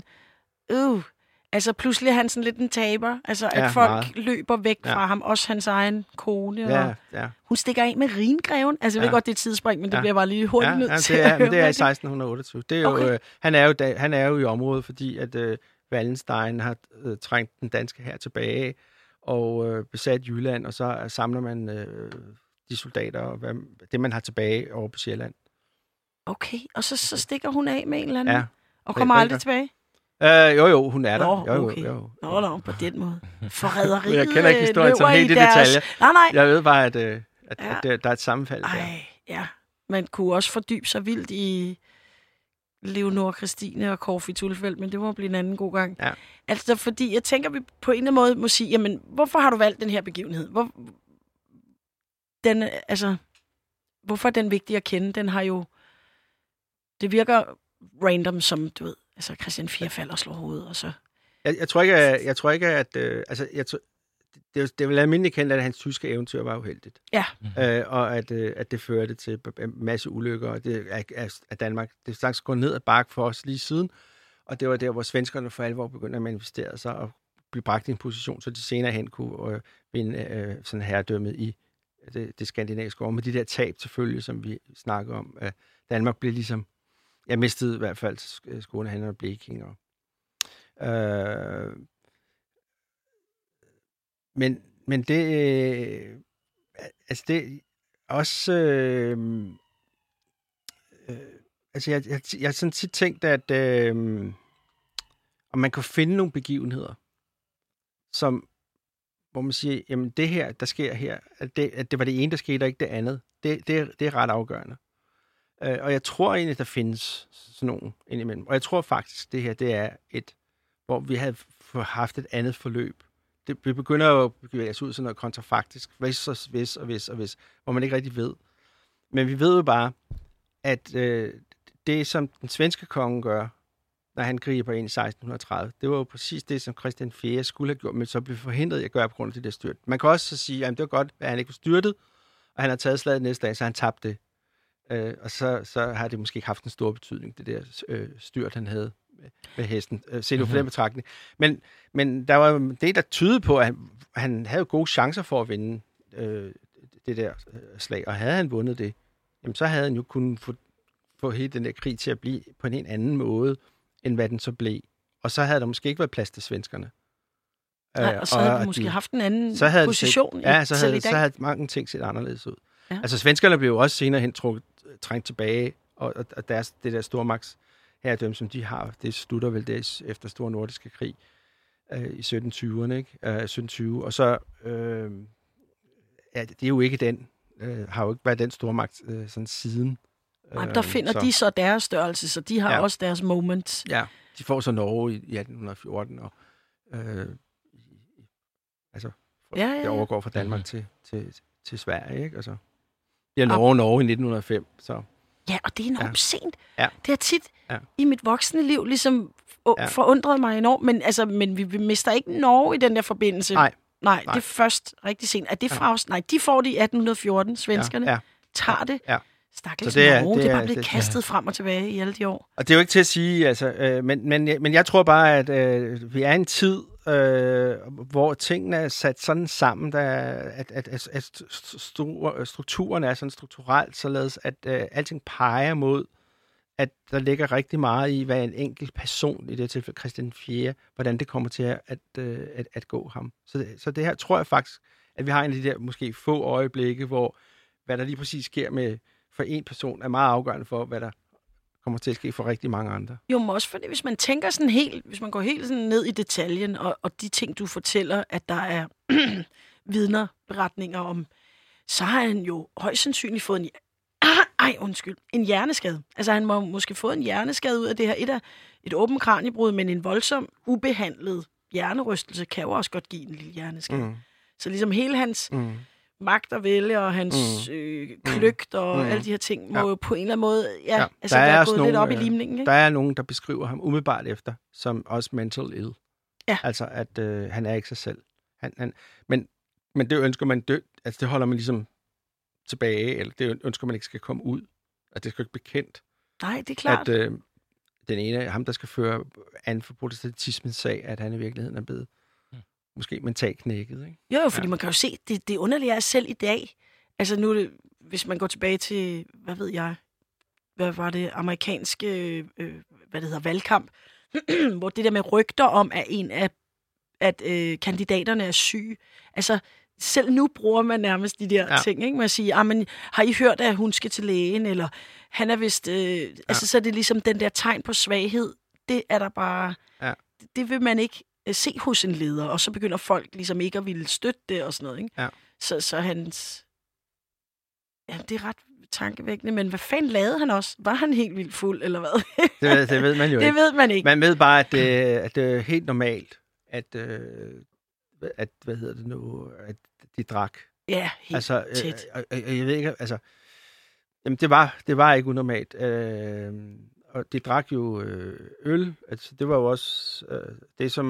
altså pludselig er han sådan lidt en taber, altså at folk løber væk fra ham, også hans egen kone. Og hun stikker af med Rhingreven. Altså jeg ved godt, det er et tidsspring, men det bliver bare lige hurtigt nødt til at høre. Det er i 1628. Det er jo, han er jo i området, fordi at Wallenstein har trængt den danske hær tilbage og besat Jylland, og så samler man de soldater og det, man har tilbage over på Sjælland. Okay, og så stikker hun af med en eller anden, og kommer aldrig tilbage? Jo, hun er der. Jo. Nå, på den måde. Forræderiet jeg kender ikke historien som helt i detaljer. Nej. Jeg ved bare, at der er et sammenfald der. Ja. Man kunne også fordybe sig vildt i Leonora Christine og Corfitz-Ulfeldt, men det må blive en anden god gang. Ja. Altså, fordi jeg tænker, vi på en eller anden måde må sige, jamen, hvorfor har du valgt den her begivenhed? Hvorfor er den vigtig at kende? Den har jo... Det virker random, som du ved, altså Christian 4 falder og slår hovedet, og så... Jeg tror ikke, at det er vel almindeligt kendt, at hans tyske eventyr var uheldigt. Ja. Og at det førte til en masse ulykker, og det at Danmark, det er slags gået ned ad bakke for os lige siden, og det var der, hvor svenskerne for alvor begyndte at manifestere sig og blive bragt i en position, så de senere hen kunne vinde sådan herredømmet i det skandinaviske år, med de der tab selvfølgelig, som vi snakker om. Danmark blev ligesom, jeg mistede i hvert fald Skåne, og Blekinge. Men men det... altså, det også... altså, jeg har sådan tit tænkt, at om man kunne finde nogle begivenheder, hvor man siger, jamen det her, der sker her, at det var det ene, der skete, og ikke det andet. Det er ret afgørende. Og jeg tror egentlig, der findes sådan nogle indimellem. Og jeg tror faktisk, det her, det er hvor vi havde haft et andet forløb. Vi begynder jo at bevæge os ud sådan noget kontrafaktisk. Hvis, hvor man ikke rigtig ved. Men vi ved jo bare, at det, som den svenske konge gør, når han griber ind i 1630, det var jo præcis det, som Christian 4. skulle have gjort, men så blev forhindret at gøre på grund af det der styrt. Man kan også så sige, at det var godt, at han ikke var styrtet, og han har taget slaget næste dag, så han tabte det. Og så har det måske ikke haft en stor betydning, det der styrt, han havde med hesten. Se nu for den betragtning. Men der var det, der tydede på, at han havde gode chancer for at vinde det der slag, og havde han vundet det, jamen, så havde han jo kunnet få hele den der krig til at blive på en helt anden måde, end hvad den så blev. Og så havde der måske ikke været plads til svenskerne. Nej, og så havde de måske haft en anden position. Så havde mange ting set anderledes ud. Ja. Altså, svenskerne blev jo også senere hen trængt tilbage, og det der stormagts herredømme, som de har, det slutter vel der efter Store Nordiske Krig i 1720'erne, ikke? 1720. Og så det er jo ikke den, har jo ikke været den stormagt sådan siden. Nej, der finder de så deres størrelse, så de har også deres moments. Ja, de får så Norge i 1814, og det overgår fra Danmark til Sverige, ikke? Altså, Norge i 1905, så... Ja, og det er enormt sent. Ja. Det har tit i mit voksne liv ligesom forundret mig enormt, men vi mister ikke Norge i den der forbindelse. Nej, det er først rigtig sent. Er det fra os? Nej, de får det i 1814, svenskerne. Tager det. Ja. Stakkels Norge, det er bare blevet kastet frem og tilbage i alle de år. Og det er jo ikke til at sige, altså, men jeg tror bare, at vi er i en tid, hvor tingene er sat sådan sammen, at strukturen er sådan strukturelt, således at alting peger mod, at der ligger rigtig meget i, hvad en enkelt person, i det tilfælde Christian 4., hvordan det kommer til at gå ham. Så det her tror jeg faktisk, at vi har en af de der måske få øjeblikke, hvor hvad der lige præcis sker for en person, er meget afgørende for, hvad der kommer til at ske for rigtig mange andre. Jo, men også fordi, hvis man tænker hvis man går helt sådan ned i detaljen, og de ting, du fortæller, at der er vidnerberetninger om, så har han jo højst sandsynligt fået en hjerneskade. Altså, han må måske fået en hjerneskade ud af det her. Et åbent kraniebrud, men en voldsom, ubehandlet hjernerystelse kan jo også godt give en lille hjerneskade. Så ligesom hele hans magt og vælge, og hans kløgt og alle de her ting, må jo på en eller anden måde altså være gået lidt op i limningen. Ikke? Der er nogen, der beskriver ham umiddelbart efter, som også mental ill. Ja. Altså, at han er ikke sig selv. Men det ønsker man altså det holder man ligesom tilbage, eller det ønsker man ikke skal komme ud. At det skal ikke blive kendt. Nej, det er klart. At den ene af ham, der skal føre an for protestantismens sag, at han i virkeligheden er blevet måske mentalt knækket, ikke? Jo, fordi man kan jo se, det underlige er selv i dag. Altså nu, hvis man går tilbage til, hvad var det, amerikanske, valgkamp, hvor det der med rygter om, at kandidaterne er syge. Altså, selv nu bruger man nærmest de der ting, ikke? Man siger, men har I hørt, at hun skal til lægen, eller han er vist... Altså, så er det ligesom den der tegn på svaghed. Det er der bare... Ja. Det vil man ikke se hos en leder, og så begynder folk ligesom ikke at ville støtte det og sådan noget, ikke? Ja. Så hans... Ja, det er ret tankevækkende, men hvad fanden lavede han også? Var han helt vildt fuld, eller hvad? det ved man jo ikke. Det ved man ikke. Man ved bare, at det er helt normalt, at hvad hedder det nu, at de drak. Ja, helt tæt. Jeg ved ikke, altså... Jamen, det var ikke unormalt. Og de drak jo øl. Altså, det var jo også det, som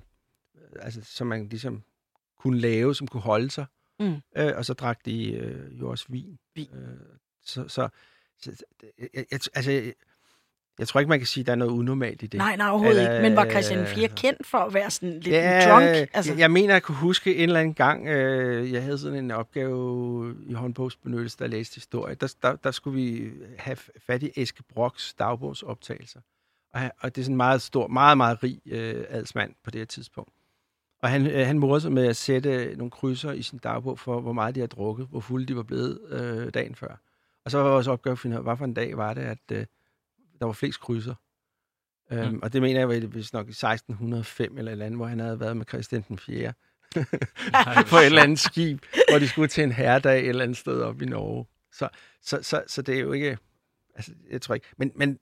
man ligesom kunne lave, som kunne holde sig. Og så drak de jo også vin. Jeg tror ikke, man kan sige, at der er noget unormalt i det. Nej, overhovedet ikke. Men var Christian 4 kendt for at være sådan lidt drunk? Altså. Jeg mener, jeg kunne huske en eller anden gang, jeg havde sådan en opgave i håndbogsbenyttelse, der læste historie. Der skulle vi have fat i Eske Brocks dagbogsoptagelser. Og det er sådan en meget stor, meget, meget rig adelsmand på det her tidspunkt. Og han morede sig med at sætte nogle krydser i sin dagbog for, hvor meget de havde drukket, hvor fulde de var blevet dagen før. Og så var vores opgave at finde ud af, hvad for en dag var det, at der var flest krydser. Og det mener jeg, hvis nok i 1605 eller et eller andet, hvor han havde været med Christian den 4. på et eller andet skib, hvor de skulle til en herredag et eller andet sted op i Norge. Så det er jo ikke... Altså, jeg tror ikke... Men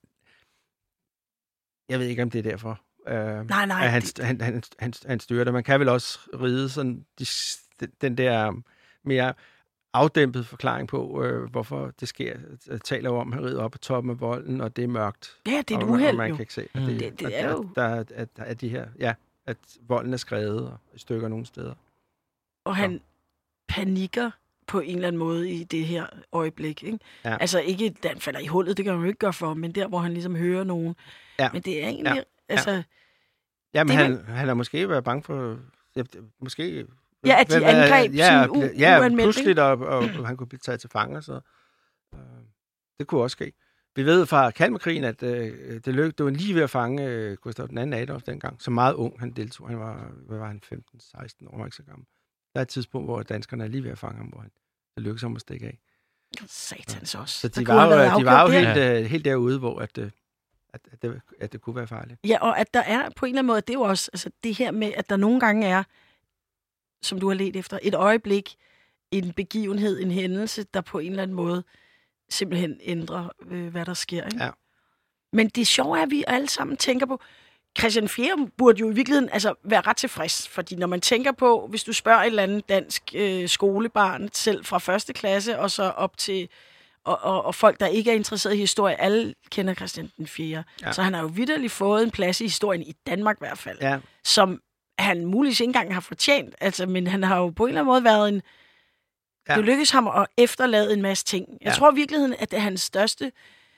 jeg ved ikke, om det er derfor. Nej. At han styrer det. Man kan vel også ride sådan den der mere afdæmpede forklaring på, hvorfor det sker. Jeg taler jo om, at han rider op på toppen af volden, og det er mørkt. Ja, det er et uheld, og man jo. kan ikke se, Det er jo... Der de her... Ja, at volden er skrevet og i stykker nogle steder. Og han panikker på en eller anden måde i det her øjeblik, ikke? Ja. Altså ikke, da han falder i hullet, det kan man jo ikke gøre for, men der, hvor han ligesom hører nogen. Ja. Men det er egentlig... Altså, men han har måske været bange for... Måske... Ja, at de angreb uanmeldt. Pludseligt, og han kunne blive taget til fange. Så, det kunne også ske. Vi ved fra Kalmarkrigen, at det var lige ved at fange Gustav II Adolf dengang. Så meget ung han deltog. Han var han 15-16 år, ikke så gammel. Der er et tidspunkt, hvor danskerne er lige ved at fange ham, hvor det lykkedes ham at stikke af. Satans også. Så de var jo helt derude, hvor at det kunne være farligt. Ja, og at der er på en eller anden måde, det er jo også altså det her med, at der nogle gange er, som du har ledt efter, et øjeblik, en begivenhed, en hændelse, der på en eller anden måde simpelthen ændrer, hvad der sker. Ikke? Ja. Men det sjove er, at vi alle sammen tænker på, Christian 4. burde jo i virkeligheden være ret tilfreds, fordi når man tænker på, hvis du spørger et eller andet dansk skolebarn selv fra første klasse, og så op til og folk, der ikke er interesseret i historie, alle kender Christian den 4. Ja. Så han har jo vitterligt fået en plads i historien, i Danmark i hvert fald, som han muligvis ikke engang har fortjent. Altså, men han har jo på en eller anden måde været en... Ja. Det lykkedes ham at efterlade en masse ting. Jeg tror i virkeligheden, at det er hans største...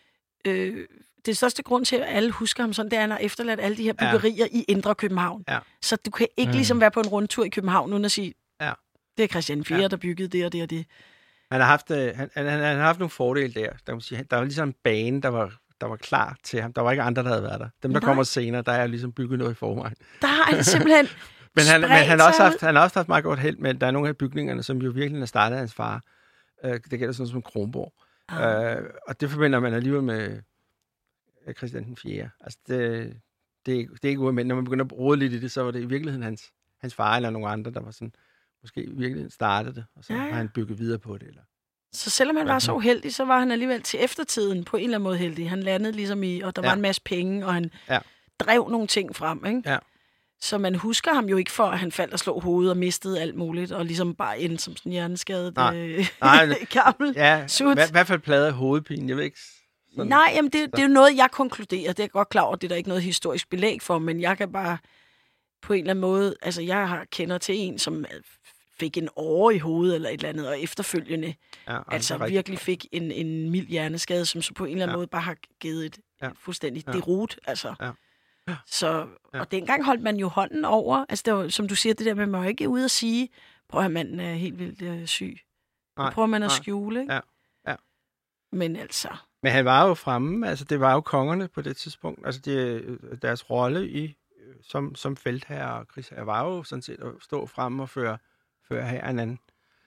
det største grund til, at alle husker ham sådan, det er, at han har efterladt alle de her byggerier i Indre København. Ja. Så du kan ikke ligesom være på en rundtur i København, uden at sige, det er Christian 4, der byggede det og det og det. Han har haft nogle fordele der. Der var ligesom en bane, der var klar til ham. Der var ikke andre, der havde været der. Dem, der kommer senere, der er ligesom bygget noget i forvejen. Der har han simpelthen men han har også haft meget godt held med, der er nogle af bygningerne, som jo virkelig er startet af hans far. Det gælder sådan som Kronborg. Og det forbinder man alligevel med Christian den 4. Altså, det er ikke ualmindeligt. Når man begynder at rode lidt i det, så var det i virkeligheden hans far eller nogle andre, der var sådan, måske i virkeligheden startede det, og så har han bygget videre på det. Eller. Så selvom han var så uheldig, så var han alligevel til eftertiden på en eller anden måde heldig. Han landede ligesom i, og der var en masse penge, og han drev nogle ting frem, ikke? Ja. Så man husker ham jo ikke for, at han faldt og slog hovedet og mistede alt muligt, og ligesom bare endte som sådan en hjerneskadet gammel sut. I hvert fald plade hovedpine, jeg ved ikke... Sådan. Nej, jamen det er jo noget, jeg konkluderer. Det er godt klar over, det er der ikke noget historisk belæg for, men jeg kan bare på en eller anden måde... Altså, jeg kender til en, som fik en åre i hovedet eller et eller andet, og efterfølgende virkelig fik en mild hjerneskade, som så på en eller anden måde bare har givet et fuldstændigt derut. Altså. Ja. Så, og dengang holdt man jo hånden over. Altså, det var, som du siger, det der med, at man jo ikke er ude at sige, prøv at manden er helt vildt syg. Det prøver man at skjule, ikke? Ja. Men altså... Men han var jo fremme, altså det var jo kongerne på det tidspunkt. Altså deres rolle som feltherre og krigsherre var jo sådan set at stå fremme og føre hæren an.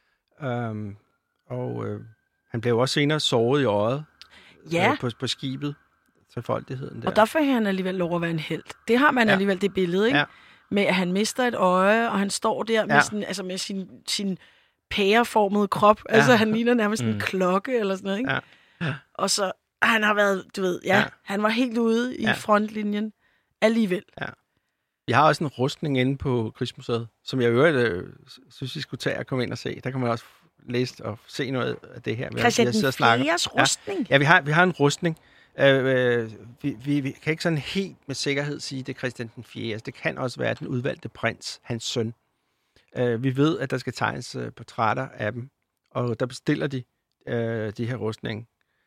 Han blev også senere såret i øjet på skibet til foldigheden der. Og der får han alligevel lov at være en helt. Det har man alligevel det billede, ikke? Ja. Med at han mister et øje, og han står der med, sådan, altså med sin pæreformede krop. Altså han ligner nærmest en klokke eller sådan noget, ikke? Ja. Og så han har været, du ved, han var helt ude i frontlinjen alligevel. Ja. Vi har også en rustning inde på Krigsmuseet, som jeg synes, I skulle tage og komme ind og se. Der kan man også læse og se noget af det her. Christian den 4's rustning? Ja, vi har en rustning. Vi kan ikke sådan helt med sikkerhed sige, det er Christian den 4. Altså, det kan også være den udvalgte prins, hans søn. Vi ved, at der skal tegnes portrætter af dem, og der bestiller de her rustninger.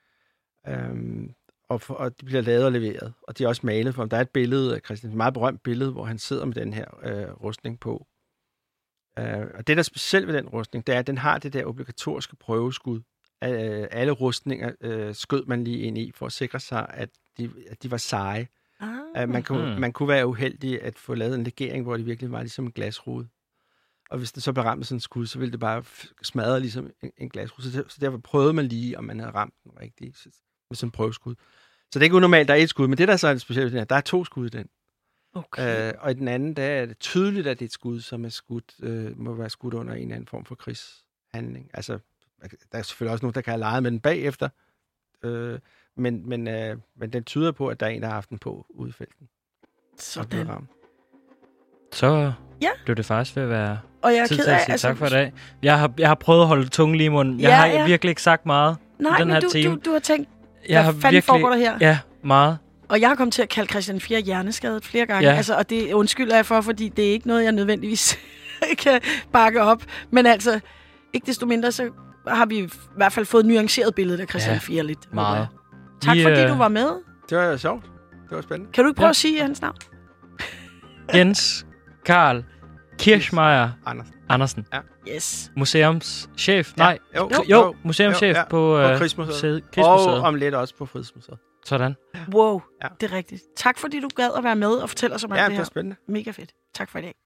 Og de bliver lavet og leveret, og de er også malet for ham. Der er et billede af Christian, et meget berømt billede, hvor han sidder med den her rustning på. Og det, der er specielt ved den rustning, det er, at den har det der obligatoriske prøveskud. Alle rustninger skød man lige ind i, for at sikre sig, at de var seje. Man kunne være uheldig at få lavet en legering, hvor det virkelig var ligesom en glasrude. Og hvis det så blev ramt med sådan en skud, så ville det bare smadre ligesom en glasrude. Så derfor prøvede man lige, om man havde ramt den rigtigt med sådan en prøveskud. Så det er ikke unormalt, der er et skud, men det der så er specielt, der er 2 skud i den. Okay. Og i den anden, der er det tydeligt, at det er et skud, som er skudt, må være skudt under en eller anden form for krigshandling. Altså, der er selvfølgelig også nogen, der kan have leget med den bagefter, men den tyder på, at der er en, der har haft den på ude i felten. Sådan. Så blev det faktisk ved at være tid til at sige tak for i dag. Jeg har prøvet at holde tungen lige i munden. Jeg har virkelig ikke sagt meget i den her time. Du har tænkt, hvad fanden foregår der her? Ja, meget. Og jeg har kommet til at kalde Christian 4 hjerneskadet flere gange. Ja. Altså, og det undskylder jeg for, fordi det er ikke noget, jeg nødvendigvis kan bakke op. Men altså, ikke desto mindre, så har vi i hvert fald fået nuanceret billedet af Christian 4 lidt. Meget. Tak fordi du var med. Det var sjovt. Det var spændende. Kan du ikke prøve at sige hans navn? Jens Karl Kirchmeier Andersen. Ja. Yes. Museumschef. Ja. Nej. Jo, museumschef på Krigsmuseet. Og om lidt også på Frihedsmuseet. Sådan. Wow, det er rigtigt. Tak fordi du gad at være med og fortælle os om alt det her. Ja, det var spændende. Mega fedt. Tak for i dag.